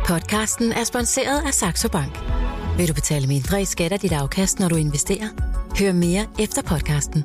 Podcasten er sponsoreret af Saxo Bank. Vil du betale mindre i skat af dit afkast, når du investerer? Hør mere efter podcasten.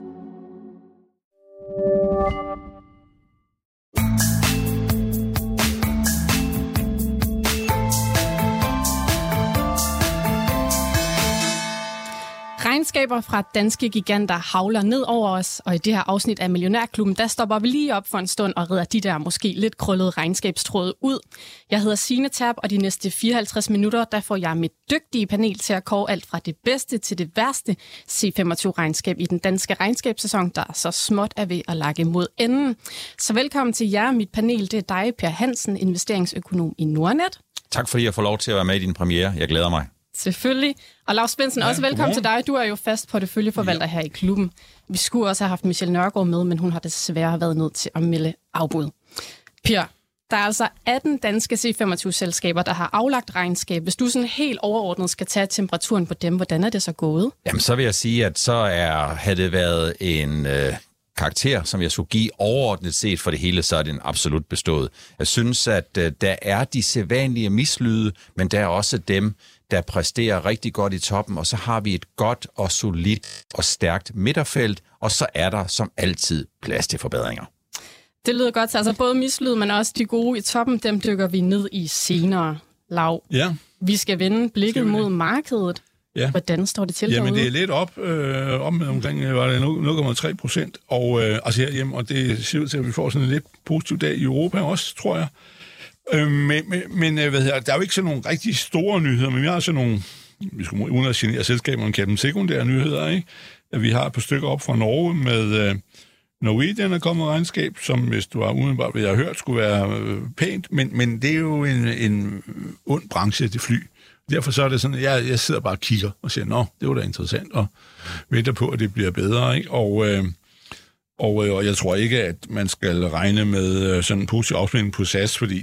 Regnskaber fra danske giganter havler ned over os, og i det her afsnit af Millionærklubben, der stopper vi lige op for en stund og redder de der måske lidt krøllede regnskabstråde ud. Jeg hedder Signe Terp, og de næste 54 minutter, der får jeg mit dygtige panel til at kåre alt fra det bedste til det værste C25-regnskab i den danske regnskabssæson, der så småt er ved at lakke mod enden. Så velkommen til jer. Mit panel, det er dig, Per Hansen, investeringsøkonom i Nordnet. Tak fordi jeg får lov til at være med i din premiere. Jeg glæder mig. Selvfølgelig. Og Lars Svendsen, også velkommen til dig. Du er jo fast porteføljeforvalter her i klubben. Vi skulle også have haft Michelle Nørgaard med, men hun har desværre været nødt til at melde afbud. Per, der er altså 18 danske C25-selskaber, der har aflagt regnskab. Hvis du sådan helt overordnet skal tage temperaturen på dem, hvordan er det så gået? Jamen, så vil jeg sige, at havde det været en karakter, som jeg skulle give overordnet set for det hele, så er den absolut bestået. Jeg synes, at der er de sædvanlige mislyde, men der er også dem, der præsterer rigtig godt i toppen, og så har vi et godt og solidt og stærkt midterfelt, og så er der som altid plads til forbedringer. Det lyder godt, altså både mislyd, men også de gode i toppen, dem dykker vi ned i senere. Lav, Vi skal vende blikket mod markedet. Ja. Hvordan står det til derude? Jamen, det er lidt op med omkring 0,3%, og det ser ud til, at vi får sådan en lidt positiv dag i Europa også, tror jeg. Men der er jo ikke sådan nogle rigtig store nyheder, men vi har sådan nogle, vi skal uden at genere selskaberne, kalde dem sekundære nyheder, ikke? At vi har et par stykker op fra Norge med Norwegian er kommet regnskab, som hvis du har umiddelbart, hvad jeg har hørt, skulle være pænt, men det er jo en ond branche, det fly. Derfor så er det sådan, at jeg sidder bare og kigger og siger, nå, det var da interessant, og venter på, at det bliver bedre, ikke? Og jeg tror ikke, at man skal regne med sådan en positiv afspænding på SAS, fordi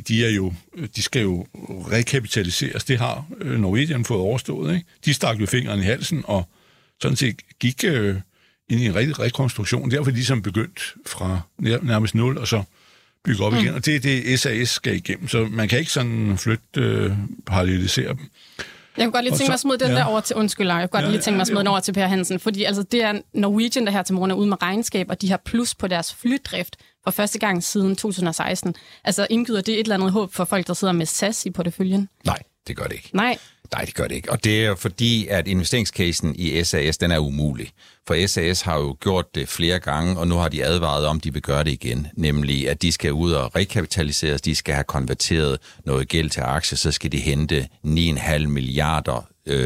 de skal jo rekapitaliseres. Det har Norwegian fået overstået, ikke? De stak jo fingeren i halsen, og sådan set gik ind i en rigtig rekonstruktion. Derfor er de ligesom begyndt fra nærmest 0, og så bygge op igen. Og det er det, SAS skal igennem. Så man kan ikke sådan parallelisere dem. Jeg kunne godt lige tænke mig at smide den der over til, jeg kunne godt lige tænke mig at smide den over til Per Hansen, fordi altså, det er Norwegian, der her til morgen er ude med regnskab, og de har plus på deres flydrift for første gang siden 2016. Altså indgyder det et eller andet håb for folk, der sidder med SAS i porteføljen? Nej, det gør det ikke. Nej, det gør det ikke. Og det er fordi, at investeringscasen i SAS, den er umulig. For SAS har jo gjort det flere gange, og nu har de advaret om, de vil gøre det igen. Nemlig, at de skal ud og rekapitaliseres, de skal have konverteret noget gæld til aktier, så skal de hente 9,5 milliarder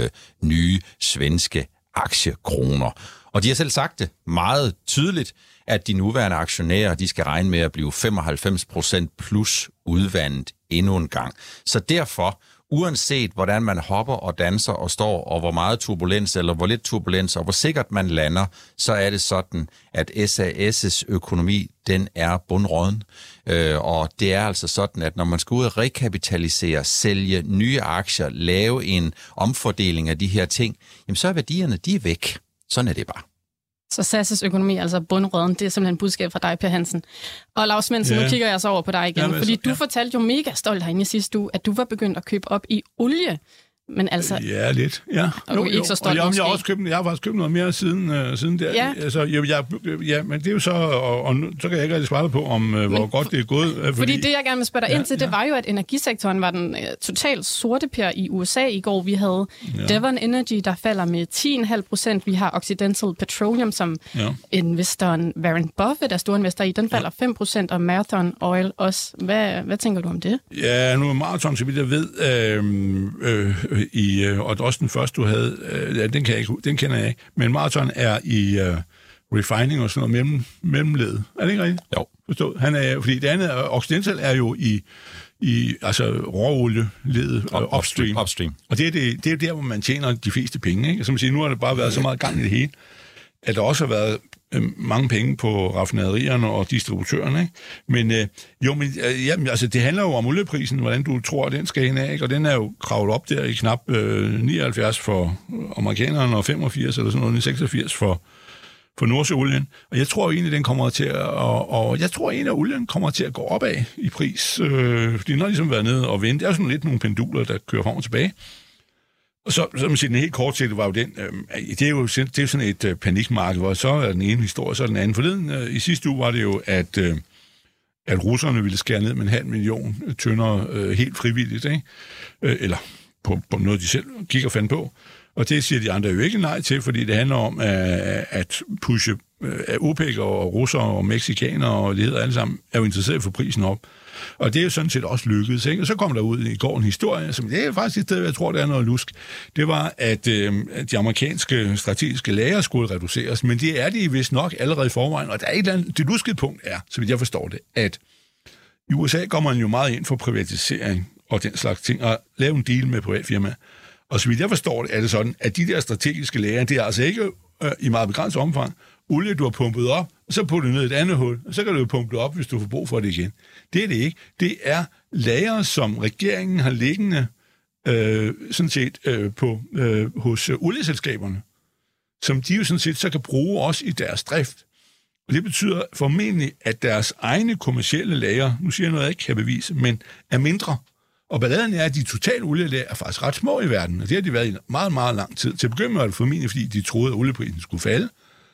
nye svenske aktiekroner. Og de har selv sagt det meget tydeligt, at de nuværende aktionærer, de skal regne med at blive 95% plus udvandet endnu en gang. Så derfor, uanset hvordan man hopper og danser og står, og hvor meget turbulens eller hvor lidt turbulens, og hvor sikkert man lander, så er det sådan, at SAS' økonomi, den er bundråden. Og det er altså sådan, at når man skal ud og rekapitalisere, sælge nye aktier, lave en omfordeling af de her ting, jamen så er værdierne, de er væk. Sådan er det bare. Så SAS' økonomi, altså bundrøden, det er simpelthen budskab fra dig, Per Hansen. Og Lars Svendsen, nu kigger jeg så over på dig igen, fordi du fortalte jo mega stolt herinde i sidste uge, at du var begyndt at købe op i olie. Men altså... Ja, lidt, ja. Og du er ikke så stolt, og jeg har faktisk købt noget mere siden der. Ja. Altså, men det er jo så... Og nu, så kan jeg ikke rigtig svare på, hvor godt det er gået. Fordi det, jeg gerne vil spørge dig ind til, det var jo, at energisektoren var den totalt sorte per i USA i går. Vi havde Devon Energy, der falder med 10,5%. Vi har Occidental Petroleum, som investoren Warren Buffett er storinvestor i. Den falder 5%, og Marathon Oil også. Hvad tænker du om det? Ja, nu er Marathon, så vidt jeg ved... og også den første, du havde, den kender jeg ikke, men Marathon er i refining og sådan noget mellemled. Er det ikke rigtigt? Jo. Forstået. Han er, fordi det andet, Occidental er jo i altså råolieledet upstream. Og det er jo der, hvor man tjener de fleste penge. Ikke? Som man siger, nu har det bare været så meget gang i det hele, at der også har været mange penge på raffinaderierne og distributørerne, ikke? Men altså det handler jo om olieprisen, hvordan du tror, den skal hen af, ikke? Og den er jo kravlet op der i knap 79 for amerikanerne og 85 eller sådan noget, 86 for for Nordsøolien. Og jeg tror egentlig, den kommer til at olien kommer til at gå opad i pris. Fordi den har ligesom været nede og vendt. Det er sådan lidt nogle penduler, der kører frem og tilbage. Og så man siger, den helt kort til, det var jo den, det er jo sådan et panikmarked, hvor så er den ene historie, så er den anden. Forleden i sidste uge var det jo, at russerne ville skære ned med 500.000 tønder helt frivilligt, ikke? Eller på noget, de selv gik og fandt på. Og det siger de andre jo ikke nej til, fordi det handler om at pushe OPEC og russere og mexikanere og det hedder alle sammen, er jo interesseret for prisen op. Og det er jo sådan set også lykkedes, ikke? Og så kom der ud i går en historie, som det er faktisk et sted, jeg tror, det er noget lusk. Det var, at de amerikanske strategiske lagre skulle reduceres, men det er de vist nok allerede i forvejen. Og der er et eller andet, det luskede punkt er, så vidt jeg forstår det, at i USA går man jo meget ind for privatisering og den slags ting, og lave en deal med privatfirmaer. Og så vidt jeg forstår det, er det sådan, at de der strategiske lagre, det er altså ikke i meget begrænset omfang olie, du har pumpet op, og så putter du ned i et andet hul, og så kan du jo pumpe det op, hvis du får brug for det igen. Det er det ikke. Det er lagre, som regeringen har liggende sådan set hos olieselskaberne, som de jo sådan set så kan bruge også i deres drift. Og det betyder formentlig, at deres egne kommercielle lagre, nu siger jeg noget, jeg ikke kan bevise, men er mindre. Og balladen er, at de totale olielager er faktisk ret små i verden, og det har de været i meget, meget lang tid. Til at begynde med var det formentlig, fordi de troede, at olieprisen skulle falde.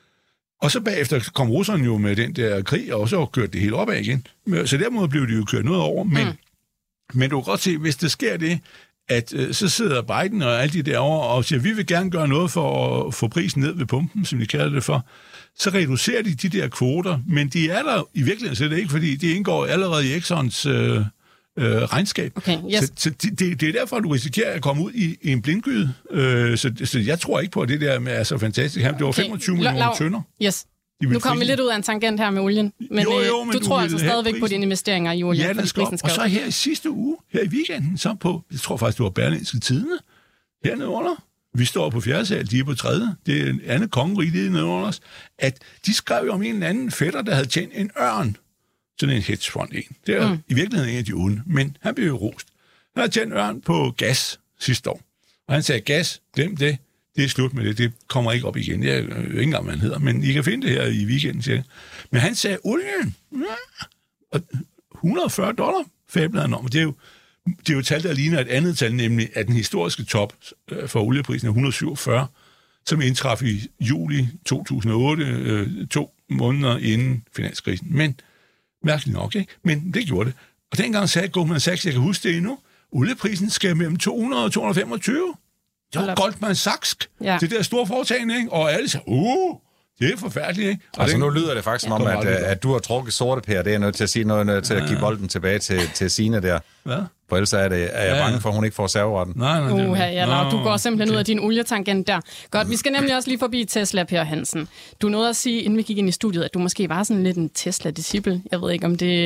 Og så bagefter kom russerne jo med den der krig, og så kørte det helt opad igen. Så dermed blev de jo kørt noget over. Men du kan godt se, hvis det sker det, at så sidder Biden og alle de derovre og siger, vi vil gerne gøre noget for at få prisen ned ved pumpen, som de kalder det for, så reducerer de der kvoter, men de er der i virkeligheden slet ikke, fordi de indgår allerede i Exxons regnskab. Okay, yes. Så det er derfor, at du risikerer at komme ud i en blindgyde. Så jeg tror ikke på, at det der med er så fantastisk. Det var 25 millioner tønder. Yes. Nu kommer vi lidt ud af en tangent her med olien, men, men du tror altså stadigvæk på dine investeringer i olien. Ja, den skal op. Og så her i sidste uge, her i weekenden, så på, jeg tror faktisk, det var Berlingske Tidende, hernede under. Vi står på 4. sal, de er på 3. Det er en anden kongerige nede under os. At de skrev jo om en eller anden fætter, der havde tjent en ørn. Sådan en hedgefond en. Det er i virkeligheden en af de onde, men han blev jo rost. Han havde tjent ørn på gas sidste år. Og han sagde, gas, glem det. Det er slut med det. Det kommer ikke op igen. Jeg ved ikke engang, hvad han hedder, men I kan finde det her i weekenden, siger jeg. Men han sagde, olien, og $140 fablede han om. Det er jo et tal, der ligner et andet tal, nemlig at den historiske top for olieprisen er 147, som indtraf i juli 2008, 2 måneder inden finanskrisen. Men mærkeligt nok, ikke? Men det gjorde det. Og dengang sagde Goldman Sachs, jeg kan huske det endnu, olieprisen skal mellem 200 og 225. Det var Goldman Sachs. Ja. Det der store foretagende, ikke? Og alle sagde, det er forfærdeligt, ikke? Og altså nu lyder det faktisk som om, at du har trukket sorte pære. Det er jeg nødt til at sige noget til at give bolden tilbage til Signe der. Hvad? For ellers er jeg bange for, at hun ikke får serveretten. Nej. Du går simpelthen ud af din olietangent der. Godt, vi skal nemlig også lige forbi Tesla, Per Hansen. Du nåede at sige, inden vi gik ind i studiet, at du måske var sådan lidt en Tesla-disciple. Jeg ved ikke,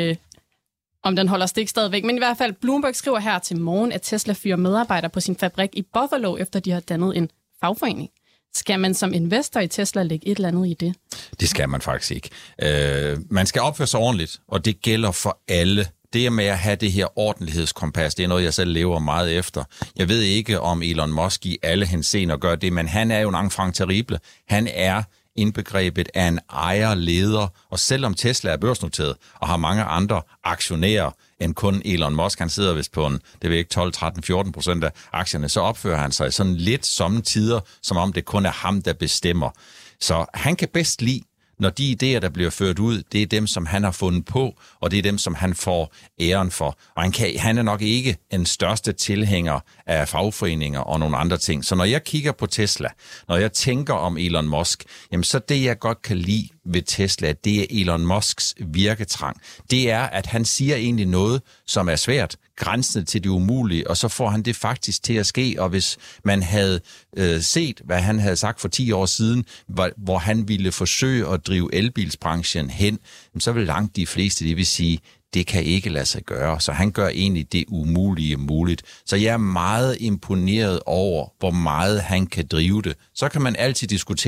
om den holder stik stadigvæk. Men i hvert fald, Bloomberg skriver her til morgen, at Tesla fyrer medarbejdere på sin fabrik i Buffalo, efter de har dannet en fagforening. Skal man som investor i Tesla lægge et eller andet i det? Det skal man faktisk ikke. Man skal opføre sig ordentligt, og det gælder for alle. Det med at have det her ordentlighedskompas, det er noget, jeg selv lever meget efter. Jeg ved ikke, om Elon Musk i alle henseender gør det, men han er jo en enfant terrible. Han er indbegrebet af en ejerleder, og selvom Tesla er børsnoteret og har mange andre aktionærer end kun Elon Musk, han sidder vist på 12-13-14% af aktierne, så opfører han sig sådan lidt sommetider, som om det kun er ham, der bestemmer. Så han kan bedst lide, når de idéer, der bliver ført ud, det er dem, som han har fundet på, og det er dem, som han får æren for. Og han er nok ikke den største tilhænger af fagforeninger og nogle andre ting. Så når jeg kigger på Tesla, når jeg tænker om Elon Musk, jamen så det, jeg godt kan lide ved Tesla, det er Elon Musks virketrang. Det er, at han siger egentlig noget, som er svært, grænsende til det umulige, og så får han det faktisk til at ske. Og hvis man havde set, hvad han havde sagt for 10 år siden, hvor han ville forsøge at drive elbilsbranchen hen, så vil langt de fleste, det vil sige, det kan ikke lade sig gøre. Så han gør egentlig det umulige muligt. Så jeg er meget imponeret over, hvor meget han kan drive det. Så kan man altid diskutere,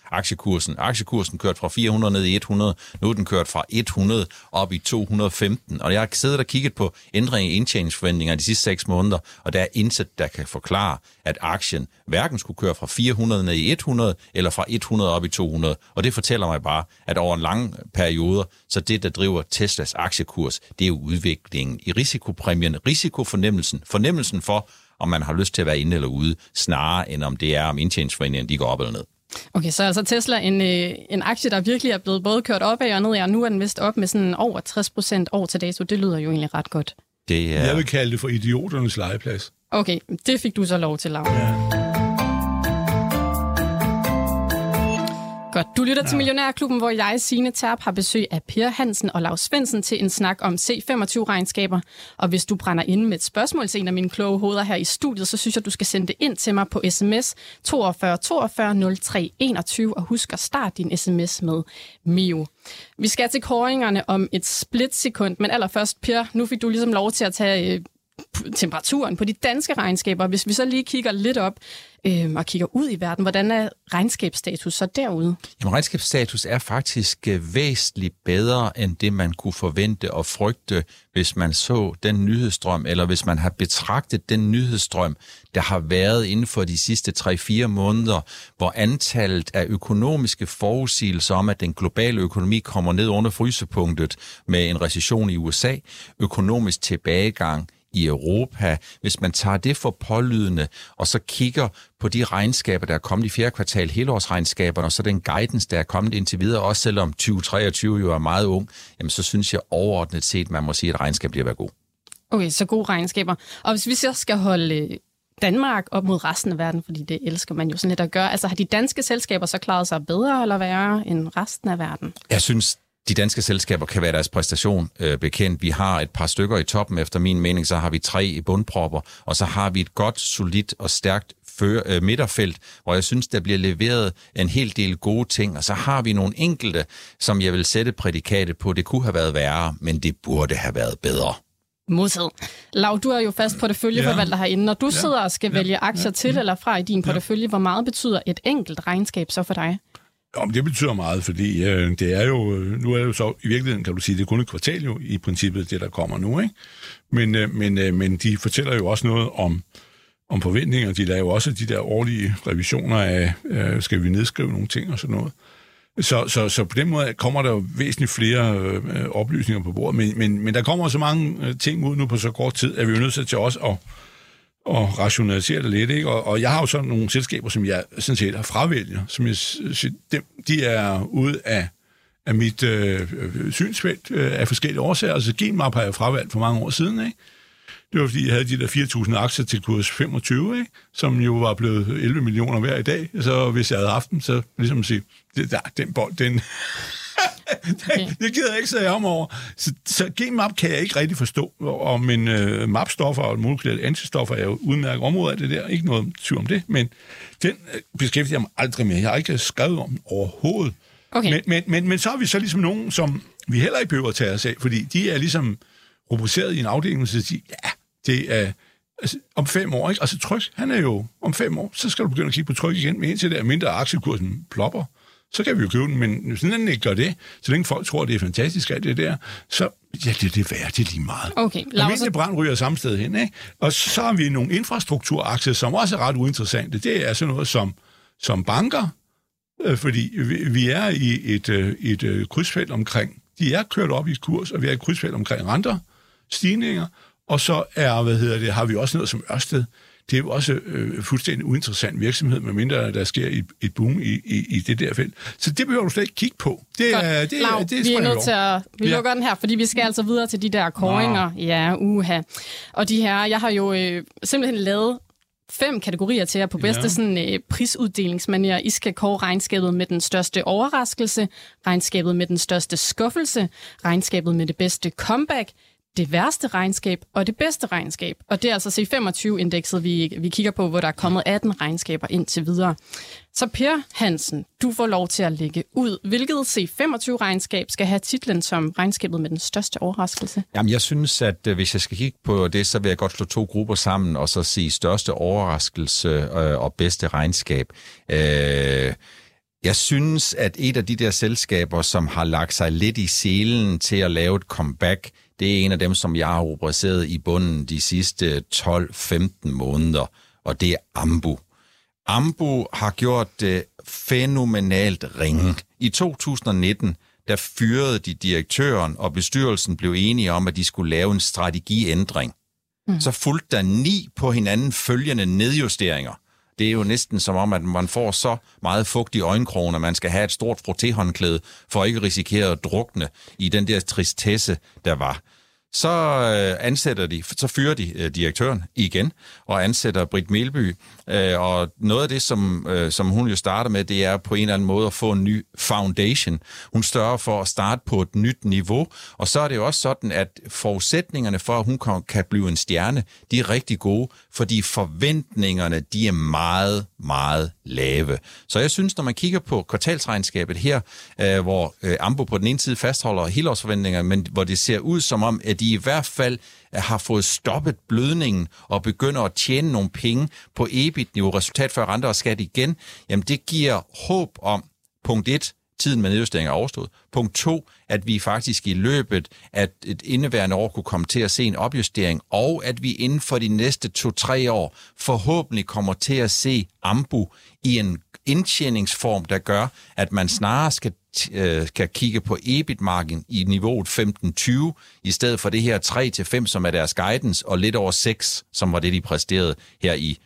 aktiekursen. Aktiekursen kørte fra 400 ned i 100, nu er den kørt fra 100 op i 215. Og jeg har siddet og kigget på ændringer i indtjeningsforventninger de sidste 6 måneder, og der er intet, der kan forklare, at aktien hverken skulle køre fra 400 ned i 100, eller fra 100 op i 200. Og det fortæller mig bare, at over en lang periode, så det, der driver Teslas aktiekurs, det er jo udviklingen i risikopræmien, fornemmelsen for, om man har lyst til at være inde eller ude, snarere end om det er, om indtjeningsforventningerne de går op eller ned. Okay, så altså Tesla en aktie, der virkelig er blevet både kørt opad og nedad, og nu er den vist op med sådan over 60% år til dato. Det lyder jo egentlig ret godt. Jeg vil kalde det for idioternes legeplads. Okay, det fik du så lov til, Laura. Ja. Godt. Du lytter til Millionærklubben, hvor jeg, Signe Terp, har besøg af Per Hansen og Laus Svendsen til en snak om C25-regnskaber. Og hvis du brænder inde med et spørgsmål til en af mine kloge hoveder her i studiet, så synes jeg, du skal sende det ind til mig på sms 42 42 03 21, og husk at starte din sms med Mio. Vi skal til kåringerne om et splitsekund, men allerførst, Per, nu fik du ligesom lov til at tage temperaturen på de danske regnskaber. Hvis vi så lige kigger lidt op og kigger ud i verden, hvordan er regnskabsstatus så derude? Jamen, regnskabsstatus er faktisk væsentligt bedre end det, man kunne forvente og frygte, hvis man så den nyhedsstrøm, eller hvis man har betragtet den nyhedsstrøm, der har været inden for de sidste 3-4 måneder, hvor antallet af økonomiske forudsigelser om, at den globale økonomi kommer ned under frysepunktet med en recession i USA, økonomisk tilbagegang i Europa, hvis man tager det for pålydende, og så kigger på de regnskaber, der er kommet i 4. kvartal, helårsregnskaberne, og så den guidance, der er kommet indtil videre, også selvom 2023 jo er meget ung, jamen så synes jeg overordnet set, man må sige, at regnskab bliver god. Okay, så gode regnskaber. Og hvis vi så skal holde Danmark op mod resten af verden, fordi det elsker man jo sådan lidt at gøre, altså har de danske selskaber så klaret sig bedre eller værre end resten af verden? Jeg synes, de danske selskaber kan være deres præstation bekendt. Vi har et par stykker i toppen, efter min mening, så har vi 3 i bundpropper, og så har vi et godt, solidt og stærkt midterfelt, hvor jeg synes, der bliver leveret en hel del gode ting, og så har vi nogle enkelte, som jeg vil sætte prædikatet på. Det kunne have været værre, men det burde have været bedre. Modtaget. Lau, du er jo fast porteføljeforvalter herinde. Når du sidder og skal vælge aktier til eller fra i din portefølje, hvor meget betyder et enkelt regnskab så for dig? Om det betyder meget, fordi det er jo, nu er det jo så, i virkeligheden kan du sige, det er kun et kvartal jo i princippet, det der kommer nu, ikke? Men de fortæller jo også noget om forventninger. De laver jo også de der årlige revisioner af, skal vi nedskrive nogle ting og sådan noget. Så på den måde kommer der jo væsentligt flere oplysninger på bordet, men der kommer så mange ting ud nu på så kort tid, at vi er nødt til også at rationalisere det lidt, ikke? Og jeg har jo sådan nogle selskaber, som jeg sådan set har fravælger, som de er ude af mit synsfelt af forskellige årsager. Altså Genmap har jeg fravalgt for mange år siden, ikke? Det var fordi, jeg havde de der 4.000 aktier til kurs 25, ikke? Som jo var blevet 11 millioner hver i dag. Så hvis jeg havde haft dem, så ligesom at sige, den bold, den... Det gider jeg ikke sige om over. Så Genmap kan jeg ikke rigtig forstå, og men mapstoffer og molekylære antistoffer er jo udmærket område af det der. Ikke noget tvivl om det, men den beskæftiger jeg mig aldrig med. Jeg har ikke skrevet om den overhovedet. Okay. Men så har vi så ligesom nogen, som vi heller ikke behøver at tage os af, fordi de er ligesom rubriceret i en afdeling, så siger ja, det er altså, om 5 år, ikke? Altså Tryg, han er jo om 5 år, så skal du begynde at kigge på Tryg igen, men indtil der mindre aktiekursen plopper, så kan vi jo købe den, men hvis den ikke gør det, så længe folk tror, det er fantastisk alt det der, så ja, det er værd, det er lige meget. Okay, og brand ryger samme sted hen, ikke? Og så har vi nogle infrastrukturaktier, som også er ret uinteressante. Det er sådan noget som banker, fordi vi er i et krydsfelt omkring, de er kørt op i kurs, og vi er i et krydsfelt omkring renter, stigninger, og så har vi også noget som Ørsted. Det er jo også fuldstændig uinteressant virksomhed, medmindre der sker et boom i det der felt. Så det behøver du slet ikke kigge på. Det er vi er nødt til at... Vi lukker den her, fordi vi skal altså videre til de der kåringer. Ja, uha. Og de her, jeg har jo simpelthen lavet 5 kategorier til jer på bedste sådan, prisuddelingsmanier. I skal kåre regnskabet med den største overraskelse, regnskabet med den største skuffelse, regnskabet med det bedste comeback, det værste regnskab og det bedste regnskab. Og det er altså C25-indekset, vi kigger på, hvor der er kommet 18 regnskaber indtil videre. Så Per Hansen, du får lov til at lægge ud. Hvilket C25-regnskab skal have titlen som regnskabet med den største overraskelse? Jamen, jeg synes, at hvis jeg skal kigge på det, så vil jeg godt slå 2 grupper sammen og så sige største overraskelse og bedste regnskab. Jeg synes, at et af de der selskaber, som har lagt sig lidt i selen til at lave et comeback, det er en af dem, som jeg har rubriceret i bunden de sidste 12-15 måneder, og det er Ambu. Ambu har gjort det fænomenalt ringe. I 2019, der fyrede de direktøren, og bestyrelsen blev enige om, at de skulle lave en strategiændring. Så fulgte der 9 på hinanden følgende nedjusteringer. Det er jo næsten som om, at man får så meget fugt i øjenkrogen, at man skal have et stort frottéhåndklæde for ikke at risikere at drukne i den der tristesse, der var. Så fyrer de direktøren igen og ansætter Britt Meelby. Og noget af det, som hun jo starter med, det er på en eller anden måde at få en ny foundation. Hun større for at starte på et nyt niveau. Og så er det jo også sådan, at forudsætningerne for, at hun kan blive en stjerne, de er rigtig gode, fordi forventningerne, de er meget, meget lave. Så jeg synes, når man kigger på kvartalsregnskabet her, hvor Ambu på den ene side fastholder helårsforventninger, men hvor det ser ud som om, at de i hvert fald har fået stoppet blødningen og begynder at tjene nogle penge på EBIT-niveau, resultat før renter og skat igen, jamen det giver håb om, punkt 1, tiden med nedjustering er overstået. Punkt 2, at vi faktisk i løbet af et indeværende år kunne komme til at se en opjustering, og at vi inden for de næste 2-3 år forhåbentlig kommer til at se Ambu i en indtjeningsform, der gør, at man snarere skal kigge på EBIT-margin i niveauet 15-20, i stedet for det her 3-5, som er deres guidance, og lidt over 6, som var det, de præsterede her i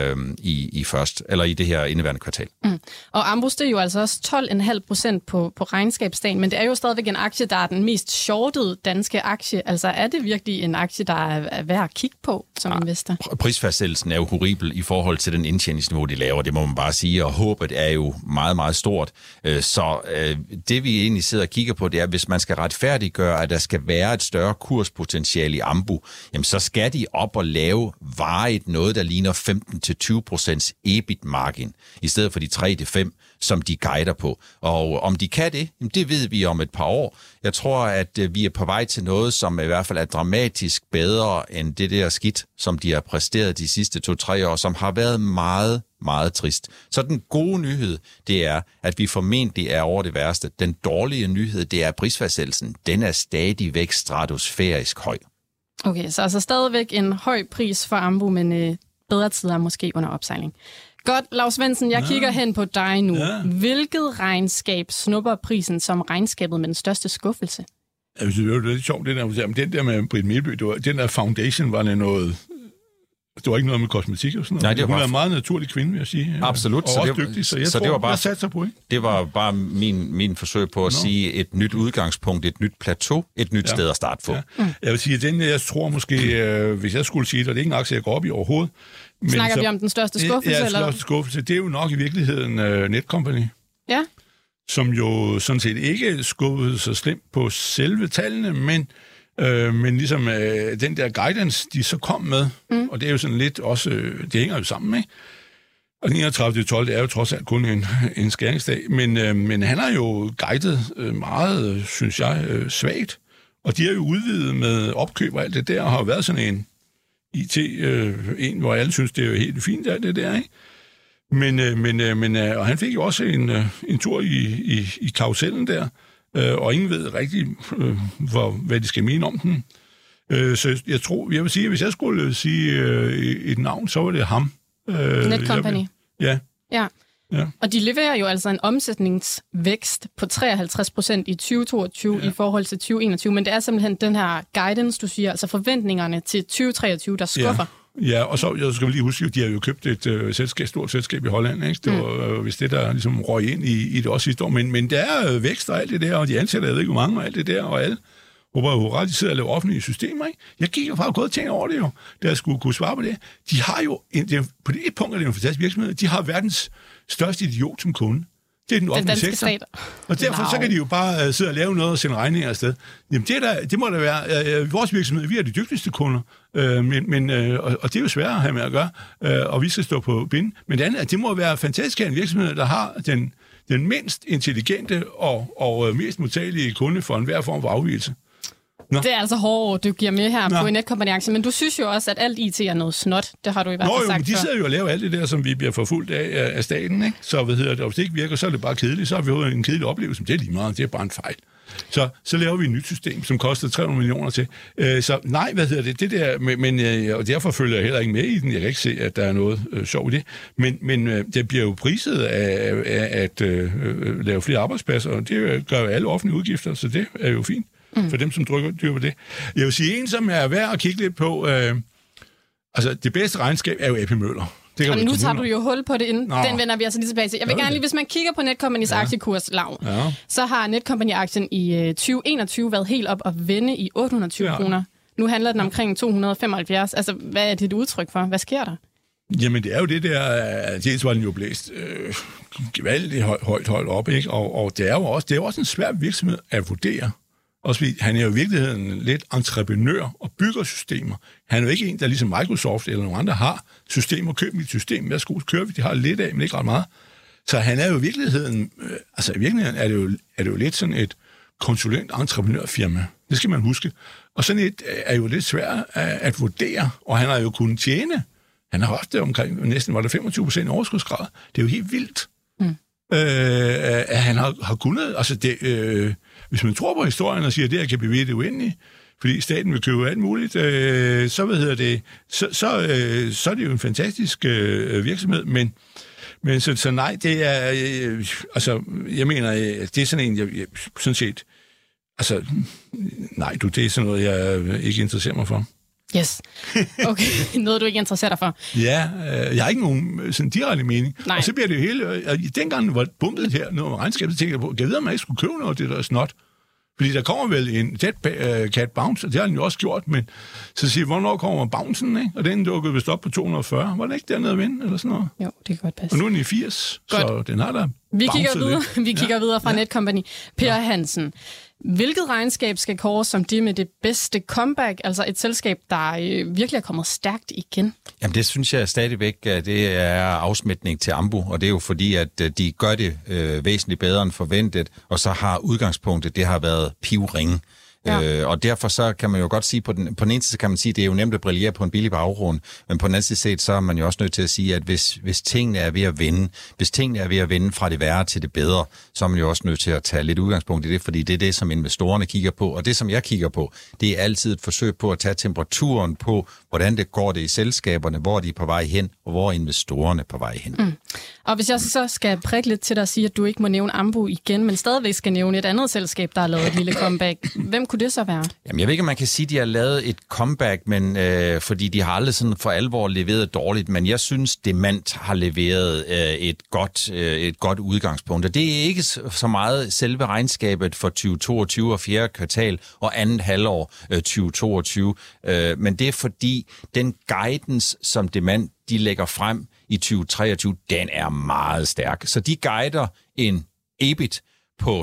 det her indeværende kvartal. Og Ambu steg jo altså også 12,5% på regnskabsdagen, men det er jo stadigvæk en aktie, der er den mest shortede danske aktie. Altså er det virkelig en aktie, der er værd at kigge på som investor? Prisfastsættelsen er jo horribel i forhold til den indtjeningsniveau, de laver, det må man bare sige, og håbet er jo meget, meget stort. Så det vi egentlig sidder og kigger på, det er, hvis man skal retfærdiggøre, at der skal være et større kurspotentiale i Ambu, jamen så skal de op og lave varigt noget, der ligner 15-20% EBIT-margin, i stedet for de 3-5, som de guider på. Og om de kan det, det ved vi om et par år. Jeg tror, at vi er på vej til noget, som i hvert fald er dramatisk bedre end det der skidt, som de har præsteret de sidste 2-3 år, som har været meget, meget trist. Så den gode nyhed, det er, at vi formentlig er over det værste. Den dårlige nyhed, det er prisfastsættelsen. Den er stadigvæk stratosfærisk høj. Okay, så altså stadigvæk en høj pris for Ambu, men bedre tider måske under opsejling. Godt, Lars Svendsen, jeg kigger hen på dig nu. Ja. Hvilket regnskab snupper prisen som regnskabet med den største skuffelse? Jeg synes, det var lidt sjovt, det der, men den der med Britt Meelby, den der foundation var noget... Det var ikke noget med kosmetik og sådan noget. Nej, hun er en meget naturlig kvinde, vil jeg sige. Absolut. Og også dygtig, så jeg tror, det var bare, jeg satte sig på, ikke? Det var bare min forsøg på at sige et nyt udgangspunkt, et nyt plateau, et nyt sted at starte på. Ja. Jeg vil sige, at den, jeg tror måske, hvis jeg skulle sige det, og det er ikke en aktie, jeg går op i overhovedet. Men snakker vi om den største skuffelse? Ja, den største skuffelse. Det er jo nok i virkeligheden Netcompany. Ja. Som jo sådan set ikke skuffede så slemt på selve tallene, men ligesom den der guidance, de så kom med, og det er jo sådan lidt også, det hænger jo sammen, ikke? Og den 31.12. er jo trods alt kun en skæringsdag, men han har jo guidet meget, synes jeg, svagt. Og de har jo udvidet med opkøb og alt det der, og har jo været sådan en IT-en, hvor alle synes, det er jo helt fint, alt det der, ikke? Men og han fik jo også en tur i karusellen der, og ingen ved rigtig, hvad de skal mene om den. Så jeg vil sige, hvis jeg skulle sige et navn, så var det ham. Netcompany. Ja. Og de leverer jo altså en omsætningsvækst på 53% i 2022 i forhold til 2021, men det er simpelthen den her guidance, du siger, altså forventningerne til 2023, der skuffer. Ja, og så jeg skal lige huske, at de har jo købt et stort selskab i Holland, ikke? Det var hvis det der ligesom røg ind i det også sidste år, men der er vækst og alt det der, og de ansætter, jeg ved ikke hvor mange og alt det der, og alle håber, de sidder og laver offentlige systemer, ikke? Jeg gik jo faktisk godt og tænkte over det jo, da jeg skulle kunne svare på det. De har jo, på det punkt er det en fantastisk virksomhed, de har verdens største idiot som kunde. Det er den offentlige sektor. Stat. Og derfor så kan de jo bare sidde og lave noget og sende regninger afsted. Jamen det må da være, vores virksomhed, vi er de dygtigste kunder, og det er jo svært at have med at gøre, og vi skal stå på binden. Men det andet, det må være fantastisk at en virksomhed, der har den mindst intelligente og mest modtagelige kunde for enhver form for afvigelse. Det er altså hårdt, du giver med her på Netcompany-aktien, men du synes jo også, at alt IT er noget snot. Det har du i hvert fald sagt men de sidder jo og laver alt det der, som vi bliver forfulgt af staten, ikke? Så hvis det ikke virker, så er det bare kedeligt. Så har vi jo en kedelig oplevelse, det er lige meget, det er bare en fejl. Så laver vi et nyt system, som koster 300 millioner til. Så nej, det der, men og derfor følger jeg heller ikke med i den. Jeg kan ikke se, at der er noget sjov i det. Men det bliver jo priset af at lave flere arbejdspladser, og det gør jo alle offentlige udgifter, så det er jo fint for dem, som dyr på det. Jeg vil sige, en, som er værd at kigge lidt på, altså det bedste regnskab er jo AP Møller. Og nu tager du jo hul på det inden. Den vender vi altså lige tilbage til. Jeg vil gerne lige, hvis man kigger på Netcompany's aktiekurs, Lav, så har Netcompany-aktien i 2021 været helt op og vende i 820 kroner. Nu handler den omkring 275. Altså, hvad er det et udtryk for? Hvad sker der? Jamen, det er jo det der... Dels var den jo blæst gevaldigt højt op, ikke? Og det er jo også en svær virksomhed at vurdere. Også han er jo i virkeligheden lidt entreprenør og bygger systemer. Han er jo ikke en, der ligesom Microsoft eller nogen andre har systemer. Køb mit system, værsgo, kører vi. De har lidt af, men ikke ret meget. Så han er jo i virkeligheden... Altså i virkeligheden er det jo lidt sådan et konsulent-entreprenørfirma. Det skal man huske. Og sådan et er jo lidt svært at vurdere, og han har jo kunnet tjene. Han har haft det omkring næsten, var det 25% overskudsgrad. Det er jo helt vildt. At han har kunnet... Altså det... Hvis man tror på historien og siger, at det her kan blive ved det uendelige, fordi staten vil købe alt muligt, så er det jo en fantastisk virksomhed, men så nej, det er altså jeg mener, det er sådan en, jeg sådan set, altså nej, det er sådan noget, jeg ikke interesserer mig for. Yes. Okay, noget du ikke interesserer dig for. Ja, jeg har ikke nogen sådan direkte mening. Nej. Og så bliver det jo hele... Dengang var bumpet her, noget med regnskabet, tænkte jeg på, jeg ved, at man ikke skulle købe noget af det der snot. Fordi der kommer vel en cat bounce, og det har den jo også gjort, men så siger hvornår kommer bouncen, ikke? Og den dukkede vist op på 240. Var den ikke dernede at vinde, eller sådan noget? Jo, det kan godt passe. Og nu er den i 80, godt. Så den har der Vi kigger videre fra Netcompany. Per Hansen, hvilket regnskab skal kåres som det med det bedste comeback, altså et selskab, der virkelig er kommet stærkt igen? Jamen det synes jeg stadigvæk, at det er afsmitning til Ambu, og det er jo fordi, at de gør det væsentligt bedre end forventet, og så har udgangspunktet, det har været pivringe. Ja. Og derfor så kan man jo godt sige, på den ene side kan man sige, at det er jo nemt at brillere på en billig baggrund, men på den anden side så er man jo også nødt til at sige, at hvis tingene er ved at vende, fra det værre til det bedre, så er man jo også nødt til at tage lidt udgangspunkt i det, fordi det er det, som investorerne kigger på, og det, som jeg kigger på, det er altid et forsøg på at tage temperaturen på, hvordan det går det i selskaberne, hvor de er på vej hen, og hvor investorerne er på vej hen. Og hvis jeg så skal prikke lidt til dig og sige, at du ikke må nævne Ambu igen, men stadigvæk skal nævne et andet selskab, der har lavet et lille comeback, hvem kunne det så være? Jamen, jeg ved ikke, om man kan sige, at de har lavet et comeback, men fordi de har aldrig sådan for alvor leveret dårligt, men jeg synes, Demant har leveret et godt udgangspunkt. Og det er ikke så meget selve regnskabet for 2022 og 4. kvartal og andet halvår 2022, men det er fordi den guidance, som Demant de lægger frem i 2023, den er meget stærk. Så de guider en EBIT på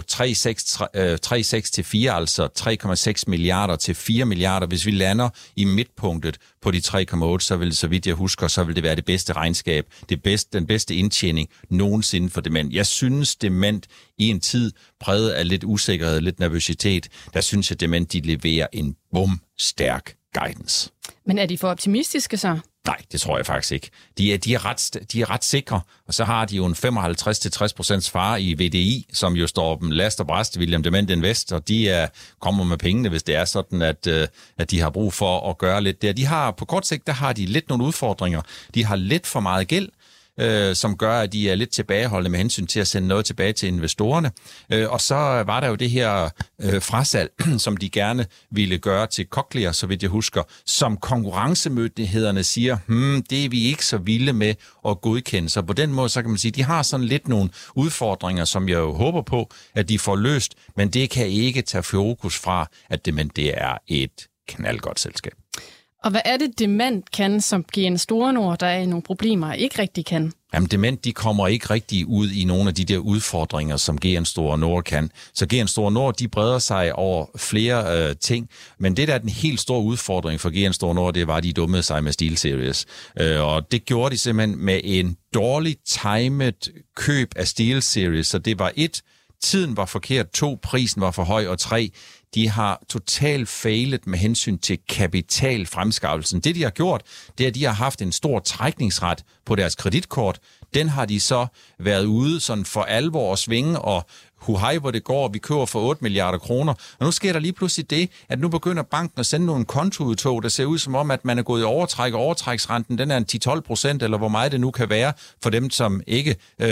3,6 til 4, altså 3,6 milliarder til 4 milliarder. Hvis vi lander i midtpunktet på de 3,8, så vil, så vidt jeg husker, så vil det være det bedste regnskab, den bedste indtjening nogensinde for Demant. Jeg synes, Demant i en tid præget af lidt usikkerhed, lidt nervøsitet, der synes jeg, Demant de leverer en stærk guidance. Men er de for optimistiske så? Nej, det tror jeg faktisk ikke. De er ret sikre, og så har de jo en 55-60% fare i VDI, som jo står dem last og bræst, William Demant Invest, og de kommer med pengene, hvis det er sådan, at de har brug for at gøre lidt der. De har på kort sigt, der har de lidt nogle udfordringer. De har lidt for meget gæld, som gør, at de er lidt tilbageholdende med hensyn til at sende noget tilbage til investorerne. Og så var der jo det her frasalg, som de gerne ville gøre til Cochlear, så vidt jeg husker, som konkurrencemyndighederne siger, det er vi ikke så vilde med at godkende. Så på den måde, så kan man sige, de har sådan lidt nogle udfordringer, som jeg jo håber på, at de får løst, men det kan ikke tage fokus fra, at det er et knaldgodt selskab. Og hvad er det, Demant kan, som GN Store Nord, der er nogle problemer, ikke rigtig kan? Jamen, Demant, de kommer ikke rigtig ud i nogle af de der udfordringer, som GN Store Nord kan. Så GN Store Nord, de breder sig over flere ting, men det der er den helt store udfordring for GN Store Nord, det var, at de dummede sig med SteelSeries. Og det gjorde de simpelthen med en dårligt timet køb af SteelSeries, så det var tiden var forkert, 2, prisen var for høj, og 3, de har totalt fejlet med hensyn til kapitalfremskaffelsen. Det, de har gjort, det er, at de har haft en stor trækningsret på deres kreditkort. Den har de så været ude sådan for alvor og svinge, og huhej, hvor det går, vi køber for 8 milliarder kroner. Og nu sker der lige pludselig det, at nu begynder banken at sende nogle kontoudtog, der ser ud som om, at man er gået i overtræk, og overtræksrenten, den er en 10-12%, eller hvor meget det nu kan være, for dem, som ikke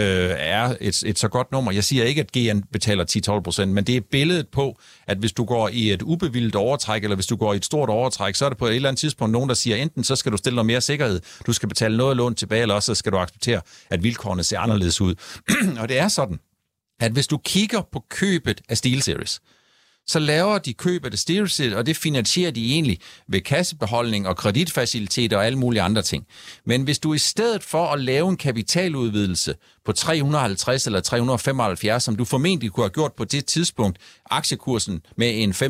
er et så godt nummer. Jeg siger ikke, at GN betaler 10-12%, men det er billedet på, at hvis du går i et ubevilligt overtræk, eller hvis du går i et stort overtræk, så er det på et eller andet tidspunkt nogen, der siger, enten så skal du stille noget mere sikkerhed, du skal betale noget lån tilbage, eller også så skal du acceptere, at vilkårene ser anderledes ud. Og det er sådan, at hvis du kigger på købet af SteelSeries, så laver de købet af SteelSeries, og det finansierer de egentlig ved kassebeholdning og kreditfaciliteter og alle mulige andre ting. Men hvis du i stedet for at lave en kapitaludvidelse på 350 eller 375, som du formentlig kunne have gjort på det tidspunkt, aktiekursen med en 5-10%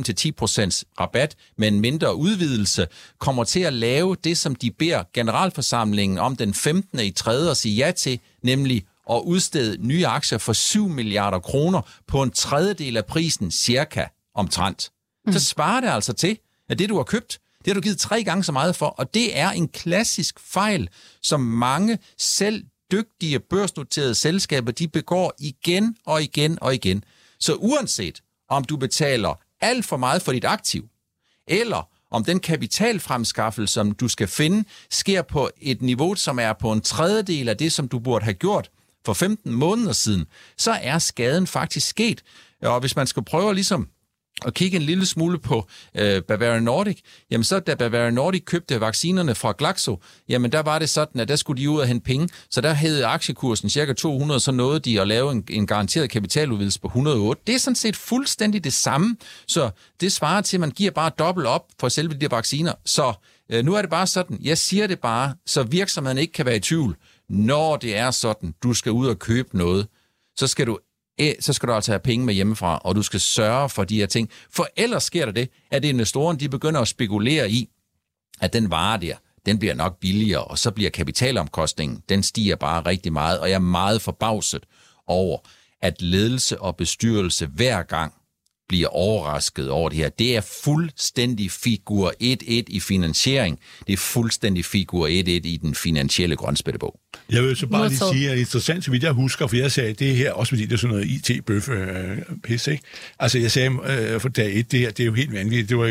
rabat med en mindre udvidelse, kommer til at lave det, som de beder generalforsamlingen om den 15. i 3. at sige ja til, nemlig at udstede nye aktier for 7 milliarder kroner på en tredjedel af prisen, cirka omtrent. Så svarer det altså til, at det, du har købt, det har du givet 3 gange så meget for, og det er en klassisk fejl, som mange selv dygtige børsnoterede selskaber, de begår igen og igen og igen. Så uanset om du betaler alt for meget for dit aktiv, eller om den kapitalfremskaffelse, som du skal finde, sker på et niveau, som er på en tredjedel af det, som du burde have gjort for 15 måneder siden, så er skaden faktisk sket. Og hvis man skal prøve ligesom at kigge en lille smule på Bavarian Nordic, jamen så da Bavarian Nordic købte vaccinerne fra Glaxo, jamen der var det sådan, at der skulle de ud og hente penge, så der havde aktiekursen cirka 200, så nåede de at lave en garanteret kapitaludvidelse på 108. Det er sådan set fuldstændig det samme, så det svarer til, at man giver bare dobbelt op for selve de der vacciner. Så nu er det bare sådan, jeg siger det bare, så virksomheden ikke kan være i tvivl. Når det er sådan, du skal ud og købe noget, så skal du altså have penge med hjemmefra, og du skal sørge for de her ting. For ellers sker der det, at investorerne de begynder at spekulere i, at den vare der, den bliver nok billigere, og så bliver kapitalomkostningen, den stiger bare rigtig meget, og jeg er meget forbavset over, at ledelse og bestyrelse hver gang bliver overrasket over det her. Det er fuldstændig figur 1-1 i finansiering. Det er fuldstændig figur 1-1 i den finansielle grønspættebog. Jeg vil så bare lige sige, at det er interessant, så vidt jeg husker, for jeg sagde det her, også fordi det er sådan noget IT-bøf-pis, ikke? Altså jeg sagde for dag 1, det her, det er jo helt vanvittigt. Det var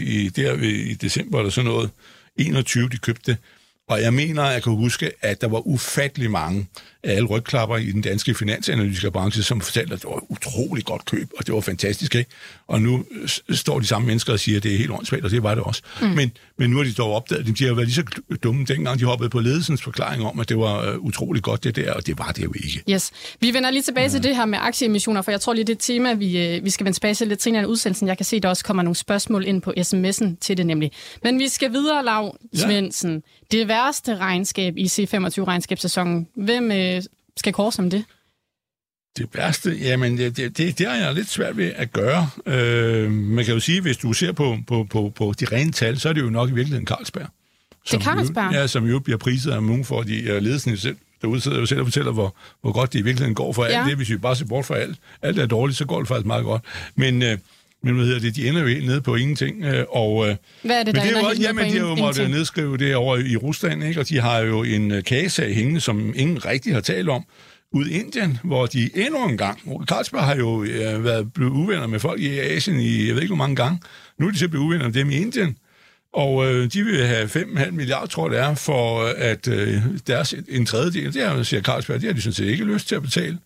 i december eller sådan noget, 21, de købte. Og jeg mener, at jeg kan huske, at der var ufattelig mange af alle rygklapper i den danske finansanalytiske branche, som fortalte, at det var utrolig godt køb, og det var fantastisk, ikke? Og nu står de samme mennesker og siger, at det er helt åndssvagt, og det var det også. Men nu har de dog opdaget, at de har været lige så dumme dengang, de hoppede på ledelsens forklaring om, at det var utrolig godt det der, og det var det jo ikke. Yes. Vi vender lige tilbage til det her med aktieemissioner, for jeg tror lige, det er et tema, vi skal vende tilbage til lidt senere i udsendelsen. Jeg kan se, der også kommer nogle spørgsmål ind på sms'en til det nemlig. Men vi skal videre, Lau Svendsen. Ja. Det værste regnskab i C25-regnskabssæsonen. Hvem skal korse om det? Det værste? Jamen, det har jeg lidt svært ved at gøre. Man kan jo sige, hvis du ser på de rene tal, så er det jo nok i virkeligheden Carlsberg. Det er Carlsberg? Ja, som jo bliver priset af nogen, for de ledelsen selv derude sidder jo selv og fortæller, hvor godt det i virkeligheden går for alt det. Hvis vi bare ser bort fra alt er dårligt, så går det faktisk meget godt. Men hvad hedder det? De ender jo helt nede på ingenting. Hvad er det, der ender helt nede på ingenting? Jamen, de har jo måttet nedskrive det over i Rusland, ikke? Og de har jo en kagesag hængende, som ingen rigtig har talt om, ude i Indien, hvor de endnu en gang, Carlsberg har jo blevet uvenner med folk i Asien i, jeg ved ikke hvor mange gange, nu er de så blevet uvenner med dem i Indien, og de vil have 5,5 milliarder, tror det er, for at deres en tredjedel, det er, siger Carlsberg, det har de sådan set ikke lyst til at betale.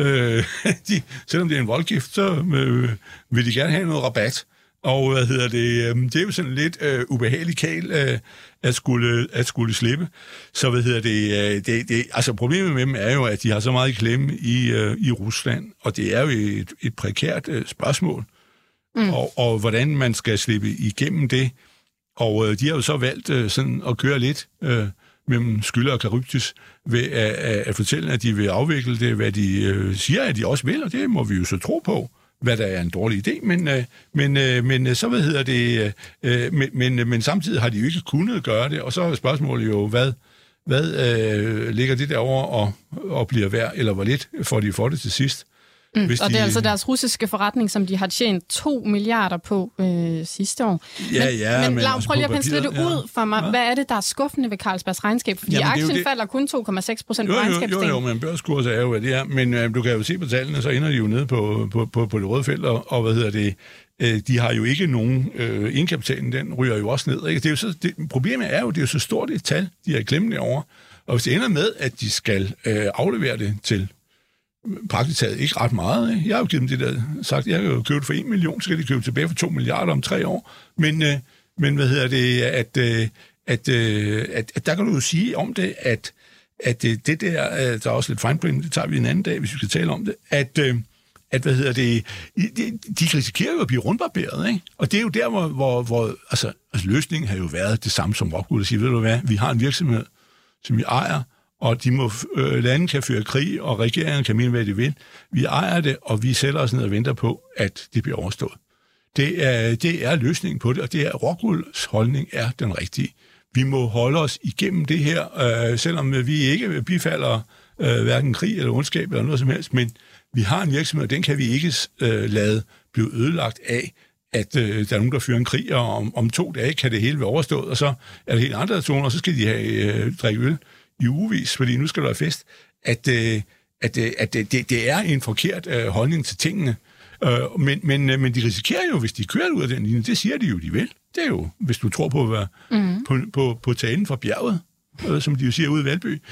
Selvom det er en voldgift, så vil de gerne have noget rabat. Og det er jo sådan lidt ubehagelig kal at skulle slippe. Så altså problemet med dem er jo, at de har så meget i klemme i Rusland, og det er jo et prekært spørgsmål. Og hvordan man skal slippe igennem det. Og de har jo så valgt sådan at køre lidt mellem Skyller og Charybdis ved at fortælle, at de vil afvikle det, hvad de siger, at de også vil, og det må vi jo så tro på, hvad der er en dårlig idé, men så men samtidig har de jo ikke kunnet gøre det, og så er spørgsmålet jo, hvad ligger det derovre og bliver værd, eller hvor lidt får de for det til sidst. Og det er altså deres russiske forretning, som de har tjent 2 milliarder på sidste år. Men Lau, prøv lige at pensle lidt ud for mig. Hvad er det, der er skuffende ved Carlsbergs regnskab? Fordi aktien falder kun 2,6% på regnskabsdagen. Jo, men børskurs er jo, hvad det er. Men du kan jo se på tallene, så ender de jo nede på det røde felt, og hvad hedder det... De har jo ikke nogen indkapitalen, den ryger jo også ned. Ikke? Problemet er jo, det er jo så stort et tal, de har glemt det over. Og hvis det ender med, at de skal aflevere det til praktisk taget ikke ret meget. Ikke? Jeg har jo givet dem det der sagt, jeg har jo købt for 1 million, så skal de købe tilbage for 2 milliarder om 3 år. Men hvad hedder det, at der kan du jo sige om det, at det der er også lidt fine-print, det tager vi en anden dag, hvis vi skal tale om det, at hvad hedder det, de risikerer jo at blive rundbarberet, ikke? Og det er jo der, hvor altså løsningen har jo været det samme som Rockwool, at sige, ved du hvad, vi har en virksomhed, som vi ejer, og lande kan føre krig, og regeringen kan mene, hvad de vil. Vi ejer det, og vi sætter os ned og venter på, at det bliver overstået. Det er løsningen på det, og det er Rockwools holdning er den rigtige. Vi må holde os igennem det her, selvom vi ikke bifalder hverken krig eller ondskab eller noget som helst, men vi har en virksomhed, og den kan vi ikke lade blive ødelagt af, at der er nogen, der fører en krig, og om 2 dage kan det hele være overstået, og så er det helt andre zoner, og så skal de drikke øl i ugevis, fordi nu skal der være fest, at det er en forkert holdning til tingene. Men de risikerer jo, hvis de kører ud af den linje, det siger de jo, de vil. Det er jo, hvis du tror på at være på talen fra bjerget, som de jo siger ude i Valby,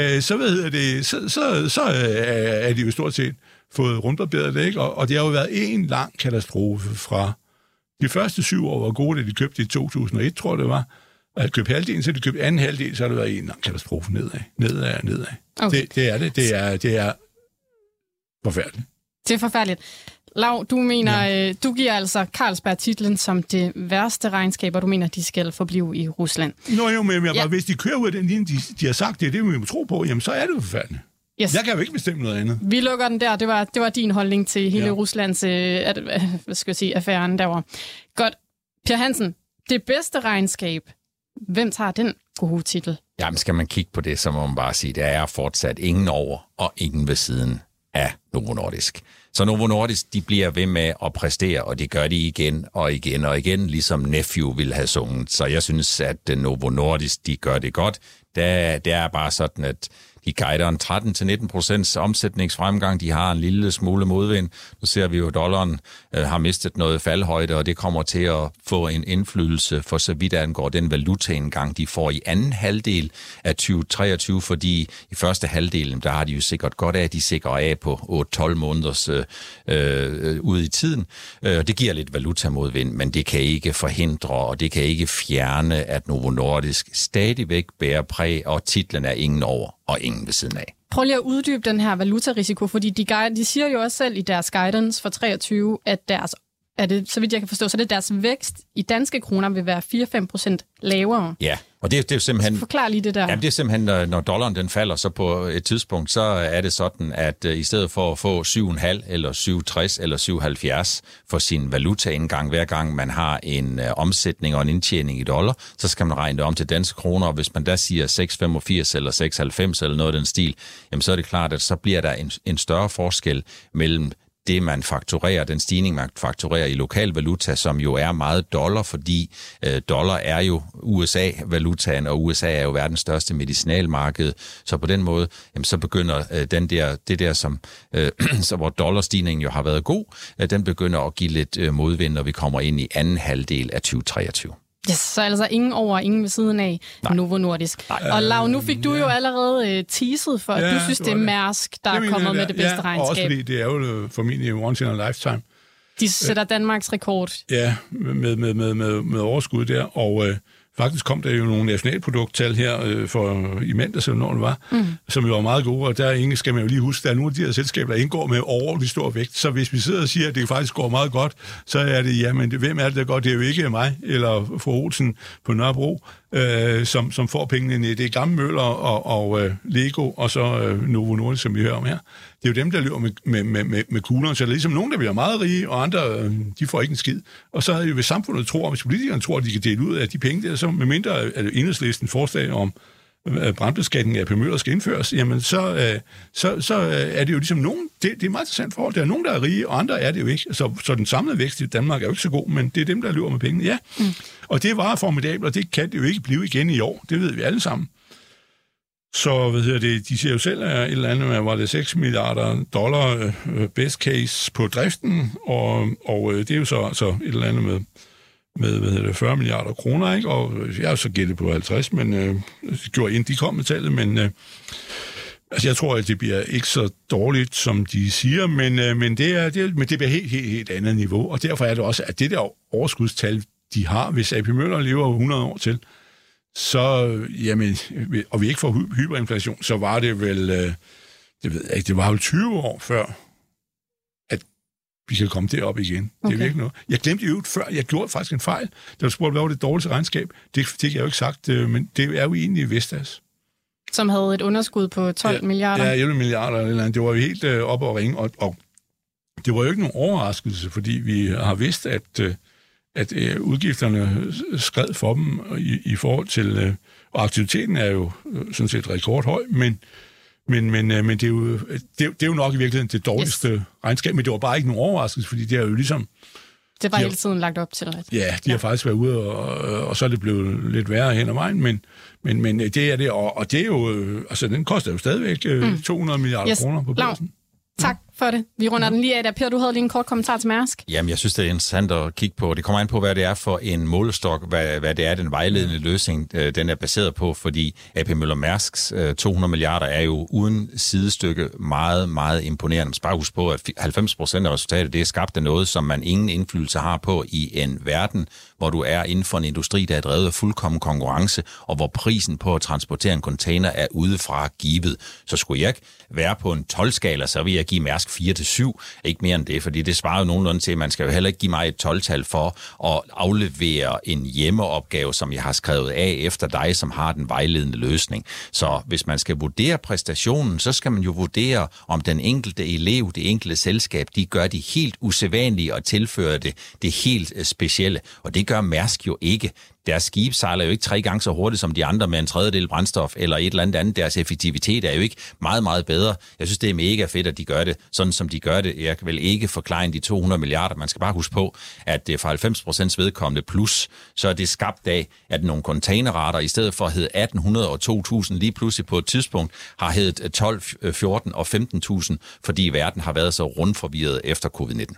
så er de jo stort set fået rundbarberet det, ikke? Og det har jo været en lang katastrofe fra de første 7 år var gode, da de købte i 2001, tror jeg det var. At købe halvdelen, så de købte anden halvdel, så har det været en lang katastrofe nedad. Okay. Det er det. Det er forfærdeligt. Det er forfærdeligt. Lau, du mener, du giver altså Carlsberg titlen som det værste regnskab, og du mener, de skal forblive i Rusland. Men hvis de kører ud af den linje, de har sagt, det vi må tro på, jamen så er det jo forfærdeligt. Yes. Jeg kan jo ikke bestemme noget andet. Vi lukker den der. Det var din holdning til hele Ruslands affæren derovre. Godt. Per Hansen, det bedste regnskab. Hvem tager den gode titel? Jamen, skal man kigge på det, så må man bare sige, der er fortsat ingen over og ingen ved siden af Novo Nordisk. Så Novo Nordisk, de bliver ved med at præstere, og det gør de igen og igen og igen, ligesom Nephew ville have sunget. Så jeg synes, at Novo Nordisk, de gør det godt. Det er bare sådan, at de guider en 13-19% omsætningsfremgang. De har en lille smule modvind. Nu ser vi jo, at dollaren har mistet noget faldhøjde, og det kommer til at få en indflydelse for så vidt angår den valutaindgang, de får i anden halvdel af 2023, fordi i første halvdel, der har de jo sikkert godt af, at de sikrer af på 8-12 måneders ude i tiden. Det giver lidt valutamodvind, men det kan ikke forhindre, og det kan ikke fjerne, at Novo Nordisk stadigvæk bærer præg, og titlen er ingen over og ingen ved siden af. Prøv lige at uddybe den her valutarisiko, fordi de siger jo også selv i deres guidance for 23, at så vidt jeg kan forstå, så det deres vækst i danske kroner vil være 4-5% lavere. Ja, og det er jo simpelthen... Forklar lige det der. Jamen, det er simpelthen, når dollaren den falder, så på et tidspunkt, så er det sådan, at i stedet for at få 7,5 eller 7,60 eller 7,70 for sin valutaindgang, hver gang man har en omsætning og en indtjening i dollar, så skal man regne det om til danske kroner, og hvis man der siger 6,85 eller 6,90 eller noget af den stil, jamen så er det klart, at så bliver der en større forskel mellem det, man fakturerer, den stigning, man fakturerer i lokal valuta, som jo er meget dollar, fordi dollar er jo USA-valutaen, og USA er jo verdens største medicinalmarked. Så på den måde, jamen, så begynder det der, som så hvor dollarstigningen jo har været god, den begynder at give lidt modvind, når vi kommer ind i anden halvdel af 2023. Yes, så altså ingen over, ingen ved siden af Novo Nordisk. Nej. Og Lau, nu fik du jo allerede teaset for, at du synes, det er Mærsk, der er kommet med det bedste regnskab. Og også fordi det er jo formentlig once in a lifetime. De sætter Danmarks rekord. Ja, med overskud der, og faktisk kom der jo nogle nationalprodukttal her for i mandags, eller når det var, som jo var meget gode, og der skal man jo lige huske, der er nogle af de her selskaber, der indgår med overordentlig stor vægt. Så hvis vi sidder og siger, at det faktisk går meget godt, så er det, jamen, hvem er det, der går? Det er jo ikke mig, eller fru Olsen på Nørrebro, som får pengene. Det er Gamle Møller og Lego, og så Novo Nordisk, som vi hører om her. Det er jo dem, der løber med kuglerne, så det er ligesom nogen, der bliver meget rige, og andre, de får ikke en skid. Og så er det jo, hvis samfundet tror, hvis politikerne tror, at de kan dele ud af de penge der, så med mindre er det Enhedslisten forslag om brandbeskatning af AP Møller skal indføres, jamen så er det jo ligesom nogen, det er et meget interessant forhold. Der er nogen, der er rige, og andre er det jo ikke. Så den samlede vækst i Danmark er jo ikke så god, men det er dem, der løber med pengene, ja. Og det var formidabelt, og det kan det jo ikke blive igen i år. Det ved vi alle sammen. Så, de siger jo selv, at et eller andet, var det $6 milliarder best case på driften, og det er jo så et eller andet med 40 milliarder kroner, ikke? Og jeg har så gættet på 50, men det gjorde inden de kom med tallet, men altså jeg tror, at det bliver ikke så dårligt, som de siger, men det bliver helt andet niveau, og derfor er det også, at det der overskudstal, de har, hvis AP Møller lever 100 år til, så, jamen, og vi ikke får hyperinflation, så var det vel, det ved jeg ikke, det var vel 20 år før, at vi kan komme derop igen. Okay. Det er virkelig noget. Jeg glemte jo før, jeg gjorde faktisk en fejl, da du spurgte, hvad var det dårligste regnskab? Det fik jeg jo ikke sagt, men det er jo egentlig Vestas. Som havde et underskud på 12 milliarder? Ja, 11 milliarder eller andet. Det var jo helt op og ringe, og det var jo ikke nogen overraskelse, fordi vi har vidst, at udgifterne skred for dem i forhold til... Og aktiviteten er jo sådan set rekordhøj, men det er jo nok i virkeligheden det dårligste regnskab, men det var bare ikke nogen overraskelse, fordi det er jo ligesom... Det var hele tiden lagt op til. Ja, de har faktisk været ude, og så er det blevet lidt værre hen ad vejen, men det er det, og det er jo... Altså, den koster jo stadigvæk 200 milliarder kroner på børsen. Tak for det. Vi runder den lige af der. Per, du havde lige en kort kommentar til Mærsk. Jamen, jeg synes, det er interessant at kigge på. Det kommer an på, hvad det er for en målestok, hvad det er, den vejledende løsning, den er baseret på, fordi AP Møller Mærsks 200 milliarder er jo uden sidestykke meget, meget imponerende. Bare husk på, at 90% af resultatet, det er skabt af noget, som man ingen indflydelse har på i en verden, hvor du er inden for en industri, der er drevet af fuldkommen konkurrence, og hvor prisen på at transportere en container er udefra givet. Så skulle jeg ikke være på en 12-skala, så vil jeg give Mærsk 4-7, ikke mere end det, fordi det svarer jo nogenlunde til, at man skal jo heller ikke give mig et 12-tal for at aflevere en hjemmeopgave, som jeg har skrevet af efter dig, som har den vejledende løsning. Så hvis man skal vurdere præstationen, så skal man jo vurdere, om den enkelte elev, det enkelte selskab, de gør det helt usædvanlige og tilfører det helt specielle. Og det gør Mærsk jo ikke. Deres skib sejler jo ikke 3 gange så hurtigt som de andre med en tredjedel brændstof eller et eller andet. Deres effektivitet er jo ikke meget, meget bedre. Jeg synes, det er mega fedt, at de gør det sådan, som de gør det. Jeg kan vel ikke forklare de 200 milliarder. Man skal bare huske på, at det for 90% vedkommende plus, så er det skabt af, at nogle containerrater i stedet for at hedde 1800 og 2000 lige pludselig på et tidspunkt har heddet 12, 14 og 15.000, fordi verden har været så rundforvirret efter covid-19.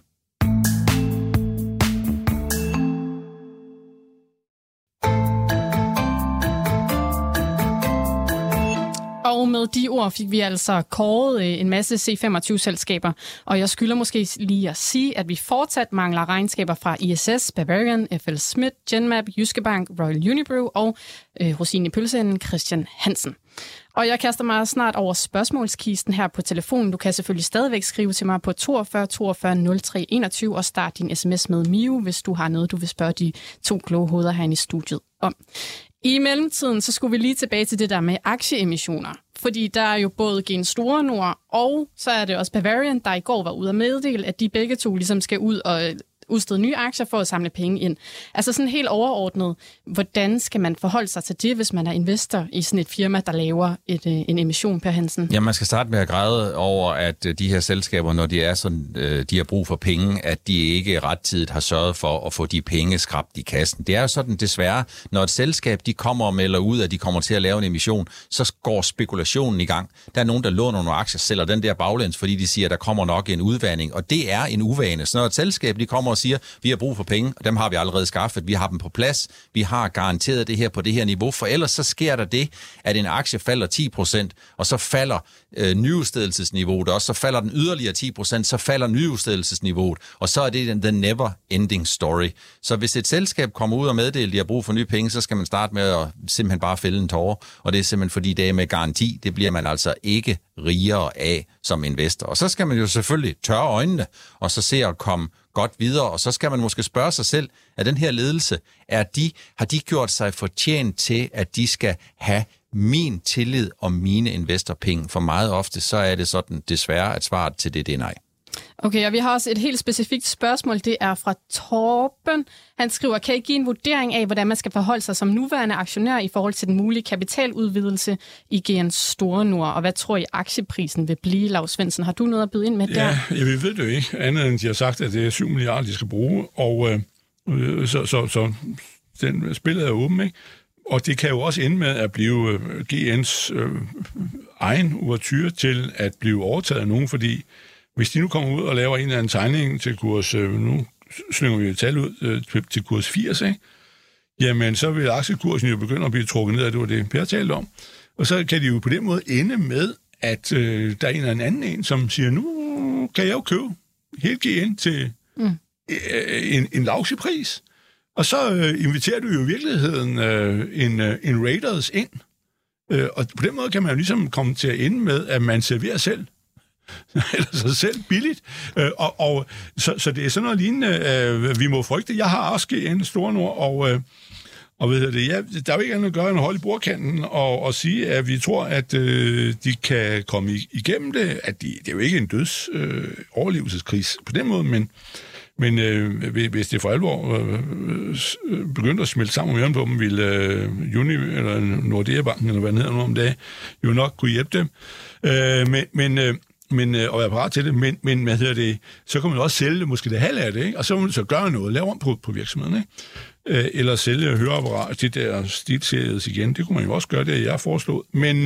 Og med de ord fik vi altså kåret en masse C25-selskaber, og jeg skylder måske lige at sige, at vi fortsat mangler regnskaber fra ISS, Bavarian, FL Schmidt, Genmap, Jyske Bank, Royal Unibrew og rosinen i pølseenden Christian Hansen. Og jeg kaster mig snart over spørgsmålskisten her på telefonen. Du kan selvfølgelig stadigvæk skrive til mig på 42 42 03 21 og start din sms med Mio, hvis du har noget, du vil spørge de 2 kloge hoveder herinde i studiet om. I mellemtiden så skulle vi lige tilbage til det der med aktieemissioner. Fordi der er jo både Gen Store Nord, og så er det også Bavarian, der i går var ude at meddele, at de begge to ligesom skal ud og udstede nye aktier for at samle penge ind. Altså sådan helt overordnet, hvordan skal man forholde sig til det, hvis man er investor i sådan et firma, der laver en emission, Per Hansen? Ja, man skal starte med at græde over, at de her selskaber, når de er sådan, de har brug for penge, at de ikke rettidigt har sørget for at få de penge skrabt i kassen. Det er jo sådan desværre, når et selskab de kommer og melder ud, at de kommer til at lave en emission, så går spekulationen i gang. Der er nogen, der låner nogle aktier, sælger den der baglæns, fordi de siger, at der kommer nok en udvandring, og det er en uvane. Så når et selskab de kommer og siger, vi har brug for penge, og dem har vi allerede skaffet. Vi har dem på plads. Vi har garanteret det her på det her niveau, for ellers så sker der det, at en aktie falder 10%, og så falder nyudstedelsesniveauet også, så falder den yderligere 10%, så falder nyudstedelsesniveauet, og så er det the never ending story. Så hvis et selskab kommer ud og meddeler, at de har brug for nye penge, så skal man starte med at simpelthen bare fælde en tåre, og det er simpelthen fordi det er med garanti, det bliver man altså ikke rigere af som investor. Og så skal man jo selvfølgelig tørre øjnene, og så se at komme godt videre, og så skal man måske spørge sig selv, at den her ledelse, har de gjort sig fortjent til, at de skal have min tillid og mine investorpenge? For meget ofte, så er det sådan desværre, at svaret til det er nej. Okay, og vi har også et helt specifikt spørgsmål. Det er fra Torben. Han skriver, kan I give en vurdering af, hvordan man skal forholde sig som nuværende aktionær i forhold til den mulige kapitaludvidelse i GN Store Nord? Og hvad tror I, aktieprisen vil blive, Lav Svendsen? Har du noget at byde ind med der? Ja, jeg ved det jo ikke. Andet end de har sagt, at det er 7 milliarder, de skal bruge. Og så den spillet er åben, ikke? Og det kan jo også ende med at blive GN's egen ouverture til at blive overtaget af nogen, fordi hvis de nu kommer ud og laver en eller anden tegning til kurs, nu slynger vi et tal ud til kurs 80, ikke? Jamen så vil aktiekursen jo begynde at blive trukket ned, og det var det, Per talte om. Og så kan de jo på den måde ende med, at der er en eller anden, som siger, nu kan jeg jo købe helt GN til en lavpris. Og så inviterer du jo i virkeligheden en Raiders ind. Og på den måde kan man jo ligesom komme til at ende med, at man serverer selv. Eller sig selv billigt. Så det er sådan noget lignende, vi må frygte. Jeg har også GN Store Nord, og ved det, der er jo ikke andet at gøre end at holde i bordkanten og sige, at vi tror, at de kan komme igennem det. At det er jo ikke en overlevelseskris på den måde, men hvis det for alvor begyndte at smelte sammen med på dem, ville Uni eller Nordea-banken, eller hvad den hedder nu om dagen, jo nok kunne hjælpe dem. Og være parat til det, men hvad hedder det, så kan man også sælge måske det halve af det, ikke? Og så må man så gøre noget, lave om på virksomheden, ikke? Eller sælge høreapparat, det der stilseries igen, det kunne man jo også gøre, det jeg har foreslået.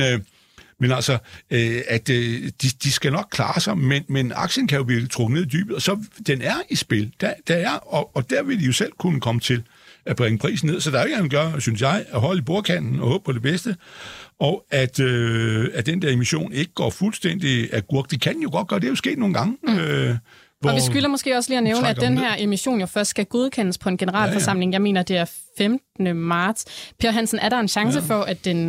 Men altså, at de skal nok klare sig, men aktien kan jo blive trukket ned i dybet, og så den er i spil. Der er, og der vil de jo selv kunne komme til at bringe prisen ned. Så der er ikke andet at gøre, synes jeg, at holde i bordkanten og håbe på det bedste, og at den der emission ikke går fuldstændig agurk. Det kan jo godt gøre, det er jo sket nogle gange. Og vi skylder måske også lige at nævne, at den her emission jo først skal godkendes på en generalforsamling. Jeg mener, det er 15. marts. Per Hansen, er der en chance for,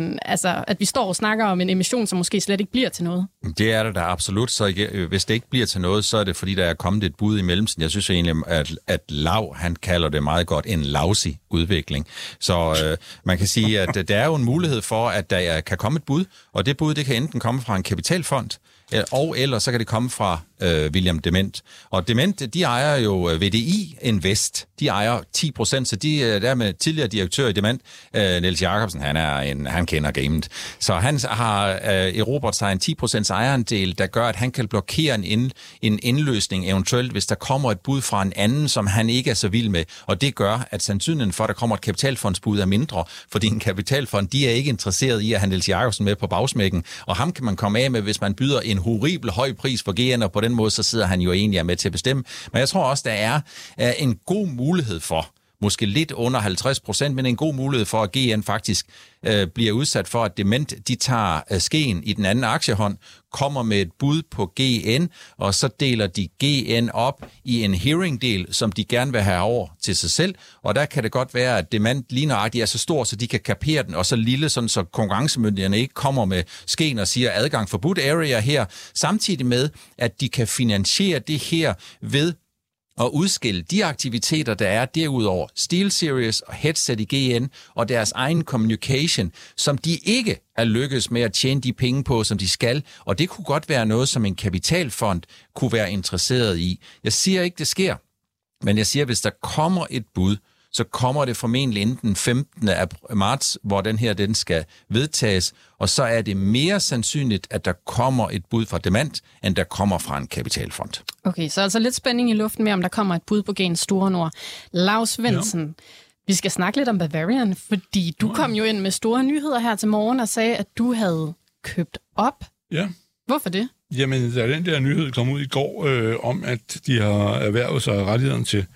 at vi står og snakker om en emission, som måske slet ikke bliver til noget? Det er der absolut. Så hvis det ikke bliver til noget, så er det, fordi der er kommet et bud i mellemtiden. Jeg synes egentlig, at Lav, han kalder det meget godt en lousy udvikling. Så man kan sige, at der er jo en mulighed for, at der kan komme et bud, og det bud, det kan enten komme fra en kapitalfond, og ellers så kan det komme fra William Dement. Og Dement, de ejer jo VDI Invest. De ejer 10%, så de er der med tidligere direktør i Dement. Niels Jacobsen, han kender gamet. Så han har erobret sig en 10% ejerandel, der gør, at han kan blokere en indløsning eventuelt, hvis der kommer et bud fra en anden, som han ikke er så vild med. Og det gør, at sandsynligheden for, at der kommer et kapitalfondsbud er mindre, fordi en kapitalfond, de er ikke interesseret i at have Niels Jacobsen med på bagsmækken. Og ham kan man komme af med, hvis man byder en horribel høj pris for GN, og på den måde, så sidder han jo egentlig med til at bestemme. Men jeg tror også, der er en god mulighed for, måske lidt under 50%, men en god mulighed for, at GN faktisk bliver udsat for, at Dement, de tager skeen i den anden aktiehånd, kommer med et bud på GN, og så deler de GN op i en hearing-del, som de gerne vil have over til sig selv, og der kan det godt være, at Dement lige nøjagtigt er så stor, så de kan kapere den, og så lille, sådan så konkurrencemyndighederne ikke kommer med skeen og siger adgang forbudt area her, samtidig med, at de kan finansiere det her ved og udskille de aktiviteter, der er derudover SteelSeries og Headset i GN og deres egen communication, som de ikke er lykkes med at tjene de penge på, som de skal. Og det kunne godt være noget, som en kapitalfond kunne være interesseret i. Jeg siger ikke, det sker, men jeg siger, hvis der kommer et bud, så kommer det formentlig inden den 15. marts, hvor den skal vedtages, og så er det mere sandsynligt, at der kommer et bud fra Dement, end der kommer fra en kapitalfond. Okay, så altså lidt spænding i luften med, om der kommer et bud på GN Store Nord. Lav Svendsen, vi skal snakke lidt om Bavarian, fordi du kom jo ind med store nyheder her til morgen og sagde, at du havde købt op. Ja. Hvorfor det? Jamen, da den der nyhed kom ud i går om, at de har erhvervet sig rettighederne til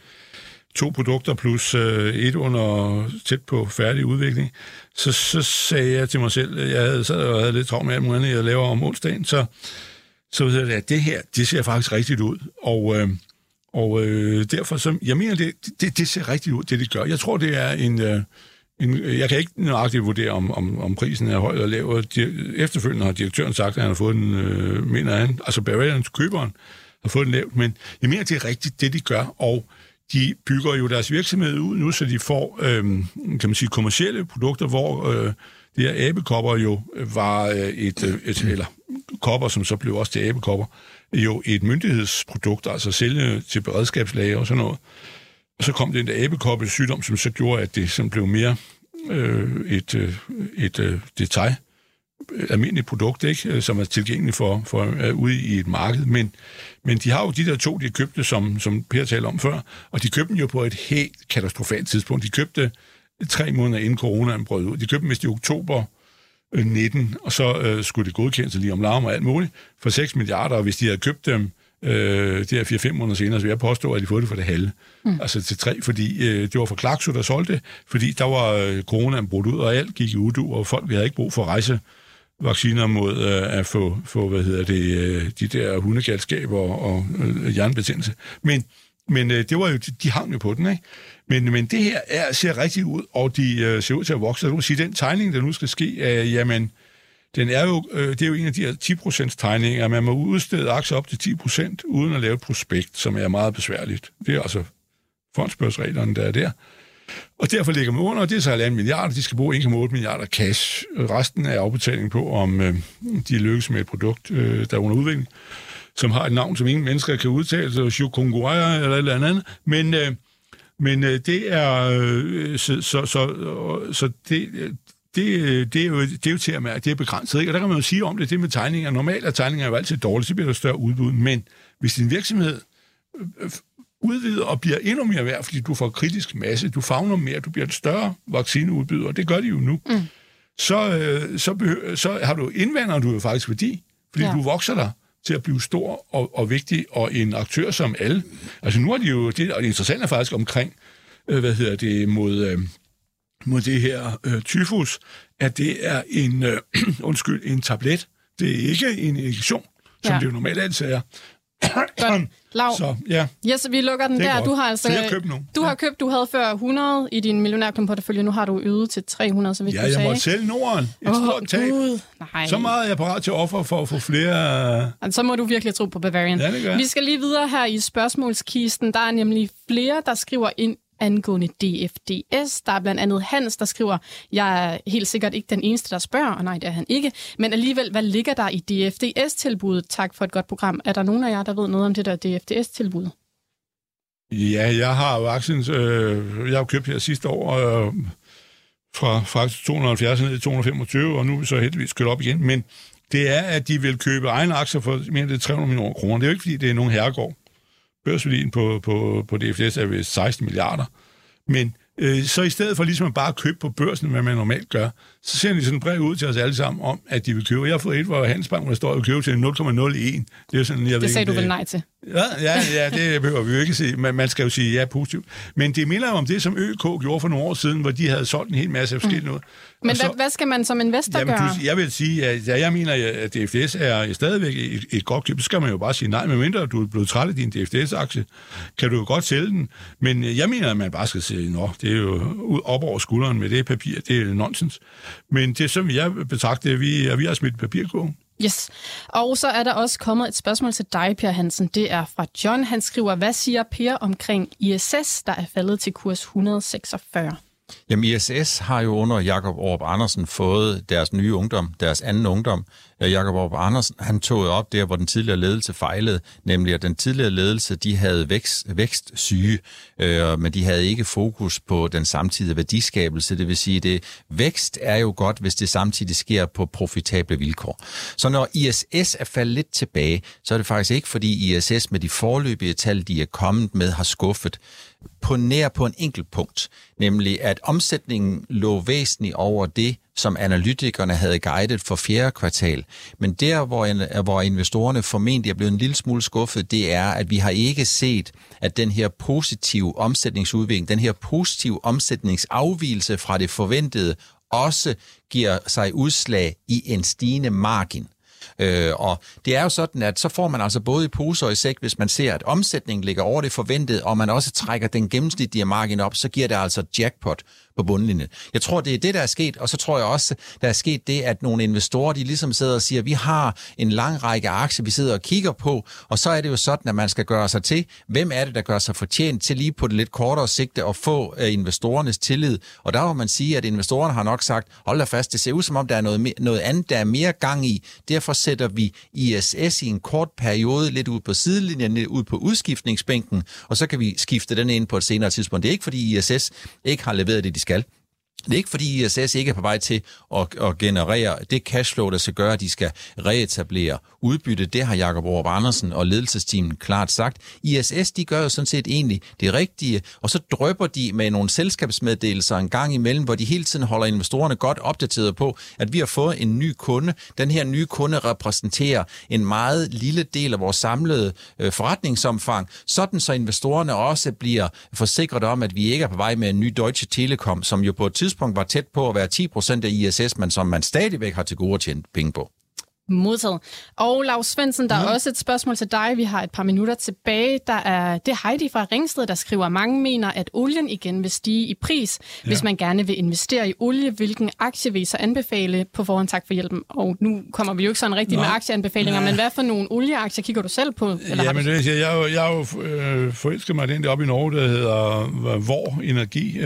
2 produkter plus et under tæt på færdig udvikling, så sagde jeg til mig selv, jeg havde lidt travlt med alt muligt, jeg laver om onsdagen, så ved jeg, at det her, det ser faktisk rigtigt ud. Og derfor, så, jeg mener, det ser rigtigt ud, det gør. Jeg tror, det er jeg kan ikke nøjagtigt vurdere, om prisen er høj eller lav. Efterfølgende har direktøren sagt, at han har fået den, mener han, altså Bavarians køberen har fået den lavt, men jeg mener, det er rigtigt, det de gør, og de bygger jo deres virksomhed ud nu, så de får, kan man sige, kommercielle produkter, hvor de her abekopper jo var eller kopper, som så blev også til æbekopper, jo et myndighedsprodukt, altså sælge til beredskabslager og sådan noget. Og så kom den der æbekoppesygdom, som så gjorde, at det sådan blev mere et detail, almindeligt produkt, ikke, som er tilgængeligt for ude i et marked. Men de har jo de der 2, de købte, som Per talte om før, og de købte dem jo på et helt katastrofalt tidspunkt. De købte 3 måneder inden coronaen brød ud. De købte dem vist i oktober 19, og så skulle det godkendes lige om larm og alt muligt, for 6 milliarder, og hvis de havde købt dem det er 4-5 måneder senere, så vil jeg påstå, at de fået det for det halve. Altså til 3, fordi det var for Klaxo, der solgte det, fordi der var coronaen brudt ud, og alt gik i udu, og folk havde ikke brug for rejsevacciner mod at få de der hundegalskaber og hjernebetændelse. Men det var jo, de hang jo på den, ikke? Men det her ser rigtig ud, og de ser ud til at vokse. Så du må sige, den tegning, der nu skal ske, jamen, det er jo en af de her 10% tegninger, at man må udstede aktier op til 10% uden at lave et prospekt, som er meget besværligt. Det er altså fondsbørsreglerne, der er der. Og derfor ligger man under, og det er så 1,5 milliarder. De skal bruge 1,8 milliarder cash. Resten er afbetaling på, om de lykkes med et produkt, der er under udvikling, som har et navn, som ingen mennesker kan udtale, så Shukonguaya eller et eller andet. Men det er... Så det er jo til at mærke, det er begrænset, ikke? Og der kan man jo sige om det med tegninger. Normalt er tegninger jo altid dårlige, så bliver der større udbud. Men hvis din virksomhed udvider og bliver endnu mere værd, fordi du får kritisk masse, du favner mere, du bliver et større vaccineudbyder, og det gør de jo nu, så har du indvandret du jo faktisk værdi, fordi du vokser der til at blive stor og vigtig, og en aktør som alle. Altså nu er de jo, det interessante er faktisk omkring, mod det her tyfus, at det er en tablet. Det er ikke en injektion, som det jo normalt altid er. Lav. Så, ja. Yes, vi lukker den der. Godt. Du har altså du havde før 100 i din millionærklubportefølje, nu har du øget til 300, så vidt du sagde. Ja, jeg måtte sælge Norden. Et stort tab. Så meget er jeg parat til at ofre for at få flere... Så må du virkelig tro på Bavarian. Ja, det gør. Vi skal lige videre her i spørgsmålskisten. Der er nemlig flere, der skriver ind angående DFDS. Der er blandt andet Hans, der skriver, jeg er helt sikkert ikke den eneste, der spørger, og nej, det er han ikke, men alligevel, hvad ligger der i DFDS-tilbuddet? Tak for et godt program. Er der nogen af jer, der ved noget om det der DFDS-tilbud? Ja, jeg har jo aktien, jeg har købt her sidste år fra faktisk 270 ned til 225, og nu er vi så heldigvis kørt op igen, men det er, at de vil købe egne aktier for mere end 300 millioner kroner. Det er jo ikke, fordi det er nogen herregård. Børsværdien på DFDS er ved 16 milliarder. Men så i stedet for ligesom bare at købe på børsen, hvad man normalt gør, så sender de sådan en brev ud til os alle sammen om, at de vil købe. Jeg har fået et, hvor Handelsbanken står og købe til 0,01. Det er sådan, det sagde du vel nej til? Ja, det behøver vi jo ikke se. Man skal jo sige ja positivt. Men det minder om det, som ØK gjorde for nogle år siden, hvor de havde solgt en hel masse forskelligt noget. Men hvad skal man som investor gøre? Jeg vil sige, at jeg mener, at DFDS er stadigvæk et godt køb. Så skal man jo bare sige nej, medmindre du er blevet træt af din DFDS-aktie. Kan du jo godt sælge den. Men jeg mener, at man bare skal sige, det er jo op over skulderen med det papir. Det er nonsens. Men det, som jeg betragter, vi har smidt papirkurven. Yes. Og så er der også kommet et spørgsmål til dig, Per Hansen. Det er fra John. Han skriver, hvad siger Per omkring ISS, der er faldet til kurs 146? Jamen, ISS har jo under Jakob Orup Andersen fået deres nye ungdom, deres anden ungdom. Jakob Orup Andersen, han tog op der, hvor den tidligere ledelse fejlede, nemlig at den tidligere ledelse, de havde vækstsyge, men de havde ikke fokus på den samtidige værdiskabelse. Det vil sige, at vækst er jo godt, hvis det samtidig sker på profitable vilkår. Så når ISS er faldet lidt tilbage, så er det faktisk ikke, fordi ISS med de foreløbige tal, de er kommet med, har skuffet på en enkelt punkt, nemlig at omsætningen lå væsentligt over det, som analytikerne havde guidet for 4. kvartal. Men der, hvor investorerne formentlig er blevet en lille smule skuffet, det er, at vi har ikke set, at den her positive omsætningsudvikling, den her positive omsætningsafvigelse fra det forventede, også giver sig udslag i en stigende margin. Og det er jo sådan, at så får man altså både i pose og i sæk, hvis man ser, at omsætningen ligger over det forventede, og man også trækker den gennemsnitlige margin op, så giver det altså jackpot på bundlinjen. Jeg tror, det er det, der er sket, og så tror jeg også, der er sket det, at nogle investorer, de ligesom sidder og siger, vi har en lang række aktier, vi sidder og kigger på, og så er det jo sådan, at man skal gøre sig til, hvem er det, der gør sig fortjent til lige på det lidt kortere sigte at få investorernes tillid. Og der må man sige, at investorerne har nok sagt, hold da fast, det ser ud som om, der er noget andet, der er mere gang i. Derfor sætter vi ISS i en kort periode lidt ud på sidelinjen, lidt ud på udskiftningsbænken, og så kan vi skifte den ind på et senere tidspunkt. Det er ikke, fordi ISS ikke har leveret det, de skal. Det er ikke, fordi ISS ikke er på vej til at generere det cashflow, der skal gøre, at de skal reetablere udbytte. Det har Jakob Orup Andersen og ledelsesteamen klart sagt. ISS, de gør jo sådan set egentlig det rigtige, og så drypper de med nogle selskabsmeddelelser en gang imellem, hvor de hele tiden holder investorerne godt opdateret på, at vi har fået en ny kunde. Den her nye kunde repræsenterer en meget lille del af vores samlede forretningsomfang, sådan så investorerne også bliver forsikret om, at vi ikke er på vej med en ny Deutsche Telekom, som jo på et tidspunkt var tæt på at være 10% af ISS, men som man stadigvæk har til gode at tjene penge på. Modtaget. Og Lars Svendsen, der er også et spørgsmål til dig. Vi har et par minutter tilbage. Det er Heidi fra Ringsted, der skriver, mange mener, at olien igen vil stige i pris. Hvis man gerne vil investere i olie, hvilken aktie vil I så anbefale? På forhånd tak for hjælpen. Og nu kommer vi jo ikke sådan rigtig med aktieanbefalinger, men hvad for nogle olieaktier kigger du selv på? Eller jamen, jeg har jo forelsket mig den der op i Norge, der hedder Vor Energi,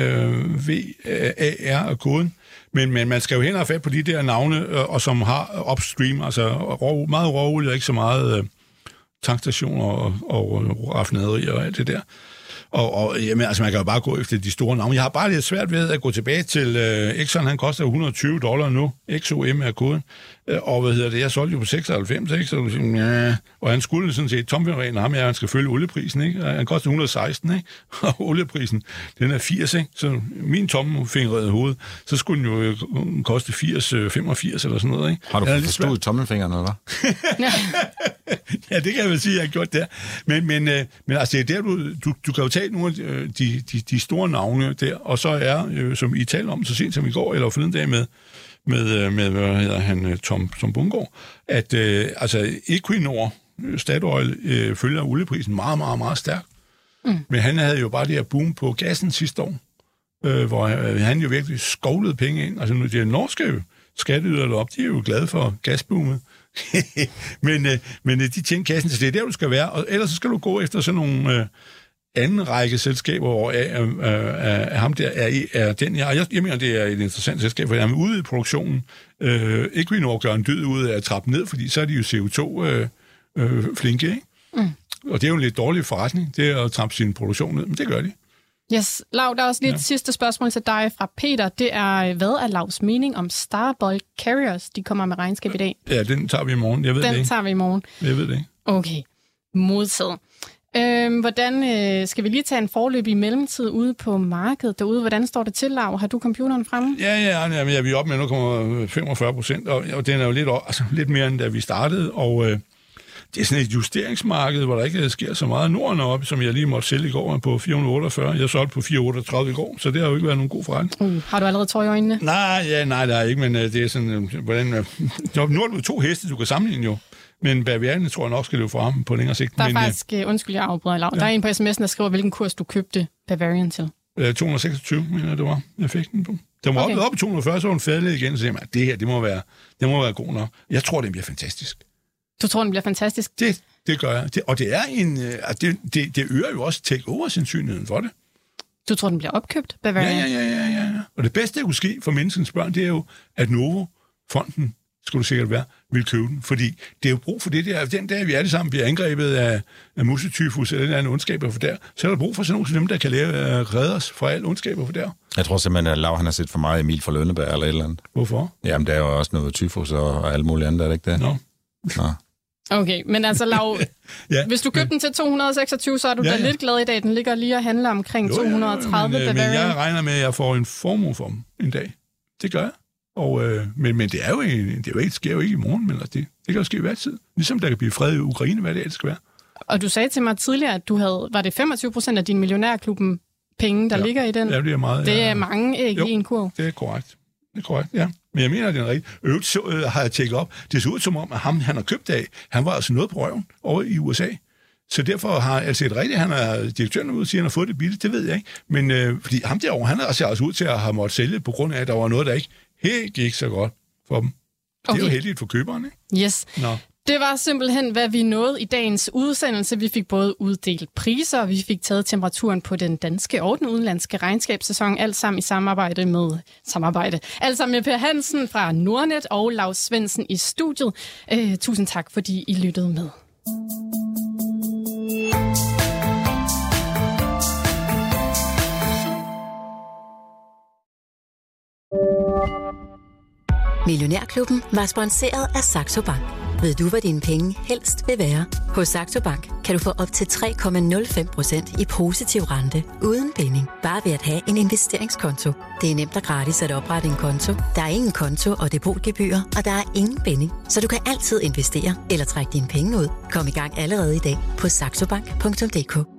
VAR og koden. Men man skal jo hen og fat på de der navne, og som har upstream, altså meget råolie, og ikke så meget tankstationer og raffinaderier og alt det der. Og jamen, altså, man kan jo bare gå efter de store navne. Jeg har bare lidt svært ved at gå tilbage til Exxon, han koster $120 nu. XOM er koden. Og jeg solgte jo på 96, ikke? Så, ja. Og han skulle sådan set tomfingerreglen ham, han skal følge olieprisen, ikke? Han koster 116, ikke? Og olieprisen, den er 80, ikke? Så min tomfingerede hoved, så skulle den jo koste 80, 85 eller sådan noget, ikke? Har du forstået tommelfingeren, eller hvad? Ja, det kan jeg vel sige, at jeg har gjort der. Men altså, det er der, du kan jo tage nogle af de store navne der, og så er, som I talte om så sent som i går, eller forleden dag med hvad hedder han, Tom Bungård, at altså Equinor, Statoil, følger olieprisen meget, meget, meget stærkt. Men han havde jo bare det her boom på gassen sidste år, hvor han jo virkelig skovlede penge ind. Altså nu de norske skatteydere deroppe, de er jo glade for gasboomet. men de tjener kassen, så det er der, du skal være. Og ellers så skal du gå efter sådan nogle anden række selskaber, hvor ham der er den her. Jeg mener, det er et interessant selskab, for han er ude i produktionen. Equinor gør en dyd ud af at trappe ned, fordi så er de jo CO2-flinke, ikke? Og det er jo en lidt dårlig forretning, det er at trappe sin produktion ned, men det gør de. Yes, Lau, der er også lige et sidste spørgsmål til dig fra Peter. Det er, hvad er Laus mening om Starbolt Carriers? De kommer med regnskab i dag. Ja, den tager vi i morgen. Jeg ved det ikke. Den tager vi i morgen. Jeg ved det ikke. Okay, modtaget. Hvordan skal vi lige tage en forløbig mellemtid ude på markedet derude? Hvordan står det til, Lau? Har du computeren fremme? Ja, vi er oppe med 0,45%, og den er jo lidt mere, end da vi startede, og det er sådan et justeringsmarked, hvor der ikke sker så meget. Norden er oppe, som jeg lige måtte sælge i går, på 448. Jeg solgte på 438 i går, så det har jo ikke været nogen god forretning. Har du allerede tøj i øjnene? Nej, der er ikke, men det er sådan, hvordan... Nu er det 2 heste, du kan sammenligne jo. Men Bavarian tror jeg nok skal løbe for ham på længere sigt. Der er faktisk, undskyld, jeg afbryder, Lau. Ja. Der er en på sms'en, der skriver, hvilken kurs du købte Bavarian til. 226, mener jeg, det var. Jeg fik den på. Den var oppe i 240, så var den faldet igen, så jeg, det her, det må være god nok. Jeg tror, det bliver fantastisk. Du tror, den bliver fantastisk? Det gør jeg. Og det er det øger jo også take-over-sandsynligheden for det. Du tror, den bliver opkøbt, Bavarian? Ja. Og det bedste, der kunne ske for menneskens børn, det er jo, at Novo-fonden, skulle det sikkert være, vil købe den. Fordi det er jo brug for det der. Den dag, vi alle sammen bliver angrebet af musetyfus eller en anden ondskaber for der, så er der brug for sådan nogle som dem, der kan redde os fra alle ondskaber for der. Jeg tror simpelthen, at Lau, han har set for meget Emil fra Lønneberg eller et eller andet. Hvorfor? Jamen, der er jo også noget tyfus og alle mulige andre, er det ikke det? Nå. Okay, men altså, Lau, hvis du købte den til 226, så er du da lidt glad i dag. Den ligger lige og handler omkring 230 Bavarian. Men jeg regner med, at jeg får en formue for dem en dag. Det gør jeg. Men det er jo ikke, sker jo ikke i morgen, men det kan jo ske hver tid. Ligesom der kan blive fred i Ukraine, hvad det skal være. Og du sagde til mig tidligere, at du havde, var det 25% af din millionærklubben penge, der ligger i den? Ja, det er meget. Det er mange æg i en kurv. Det er korrekt, ja. Men jeg mener, at det er rigtigt. Øvrigt har jeg tjekket op. Det så ud som om, at ham, han har købt af, han var altså noget på røven over i USA. Så derfor har jeg set rigtigt, han er direktøren ud og siger, at han har fået det billigt, det ved jeg ikke. Men fordi ham derovre, han har altså ud til at have måttet sælge, på grund af, at der var noget, der ikke helt gik så godt for dem. Okay. Det er jo heldigt for køberen, ikke? Yes. Nå. Det var simpelthen, hvad vi nåede i dagens udsendelse. Vi fik både uddelt priser, og vi fik taget temperaturen på den danske og den udenlandske regnskabssæson. Alt sammen i samarbejde. Alt sammen med Per Hansen fra Nordnet og Lars Svendsen i studiet. Tusind tak, fordi I lyttede med. Millionærklubben var sponsoreret af Saxo Bank. Ved du, hvad dine penge helst vil være? Hos Saxo Bank kan du få op til 3,05% i positiv rente uden binding. Bare ved at have en investeringskonto. Det er nemt og gratis at oprette en konto. Der er ingen konto og depotgebyrer, og der er ingen binding. Så du kan altid investere eller trække dine penge ud. Kom i gang allerede i dag på saxobank.dk.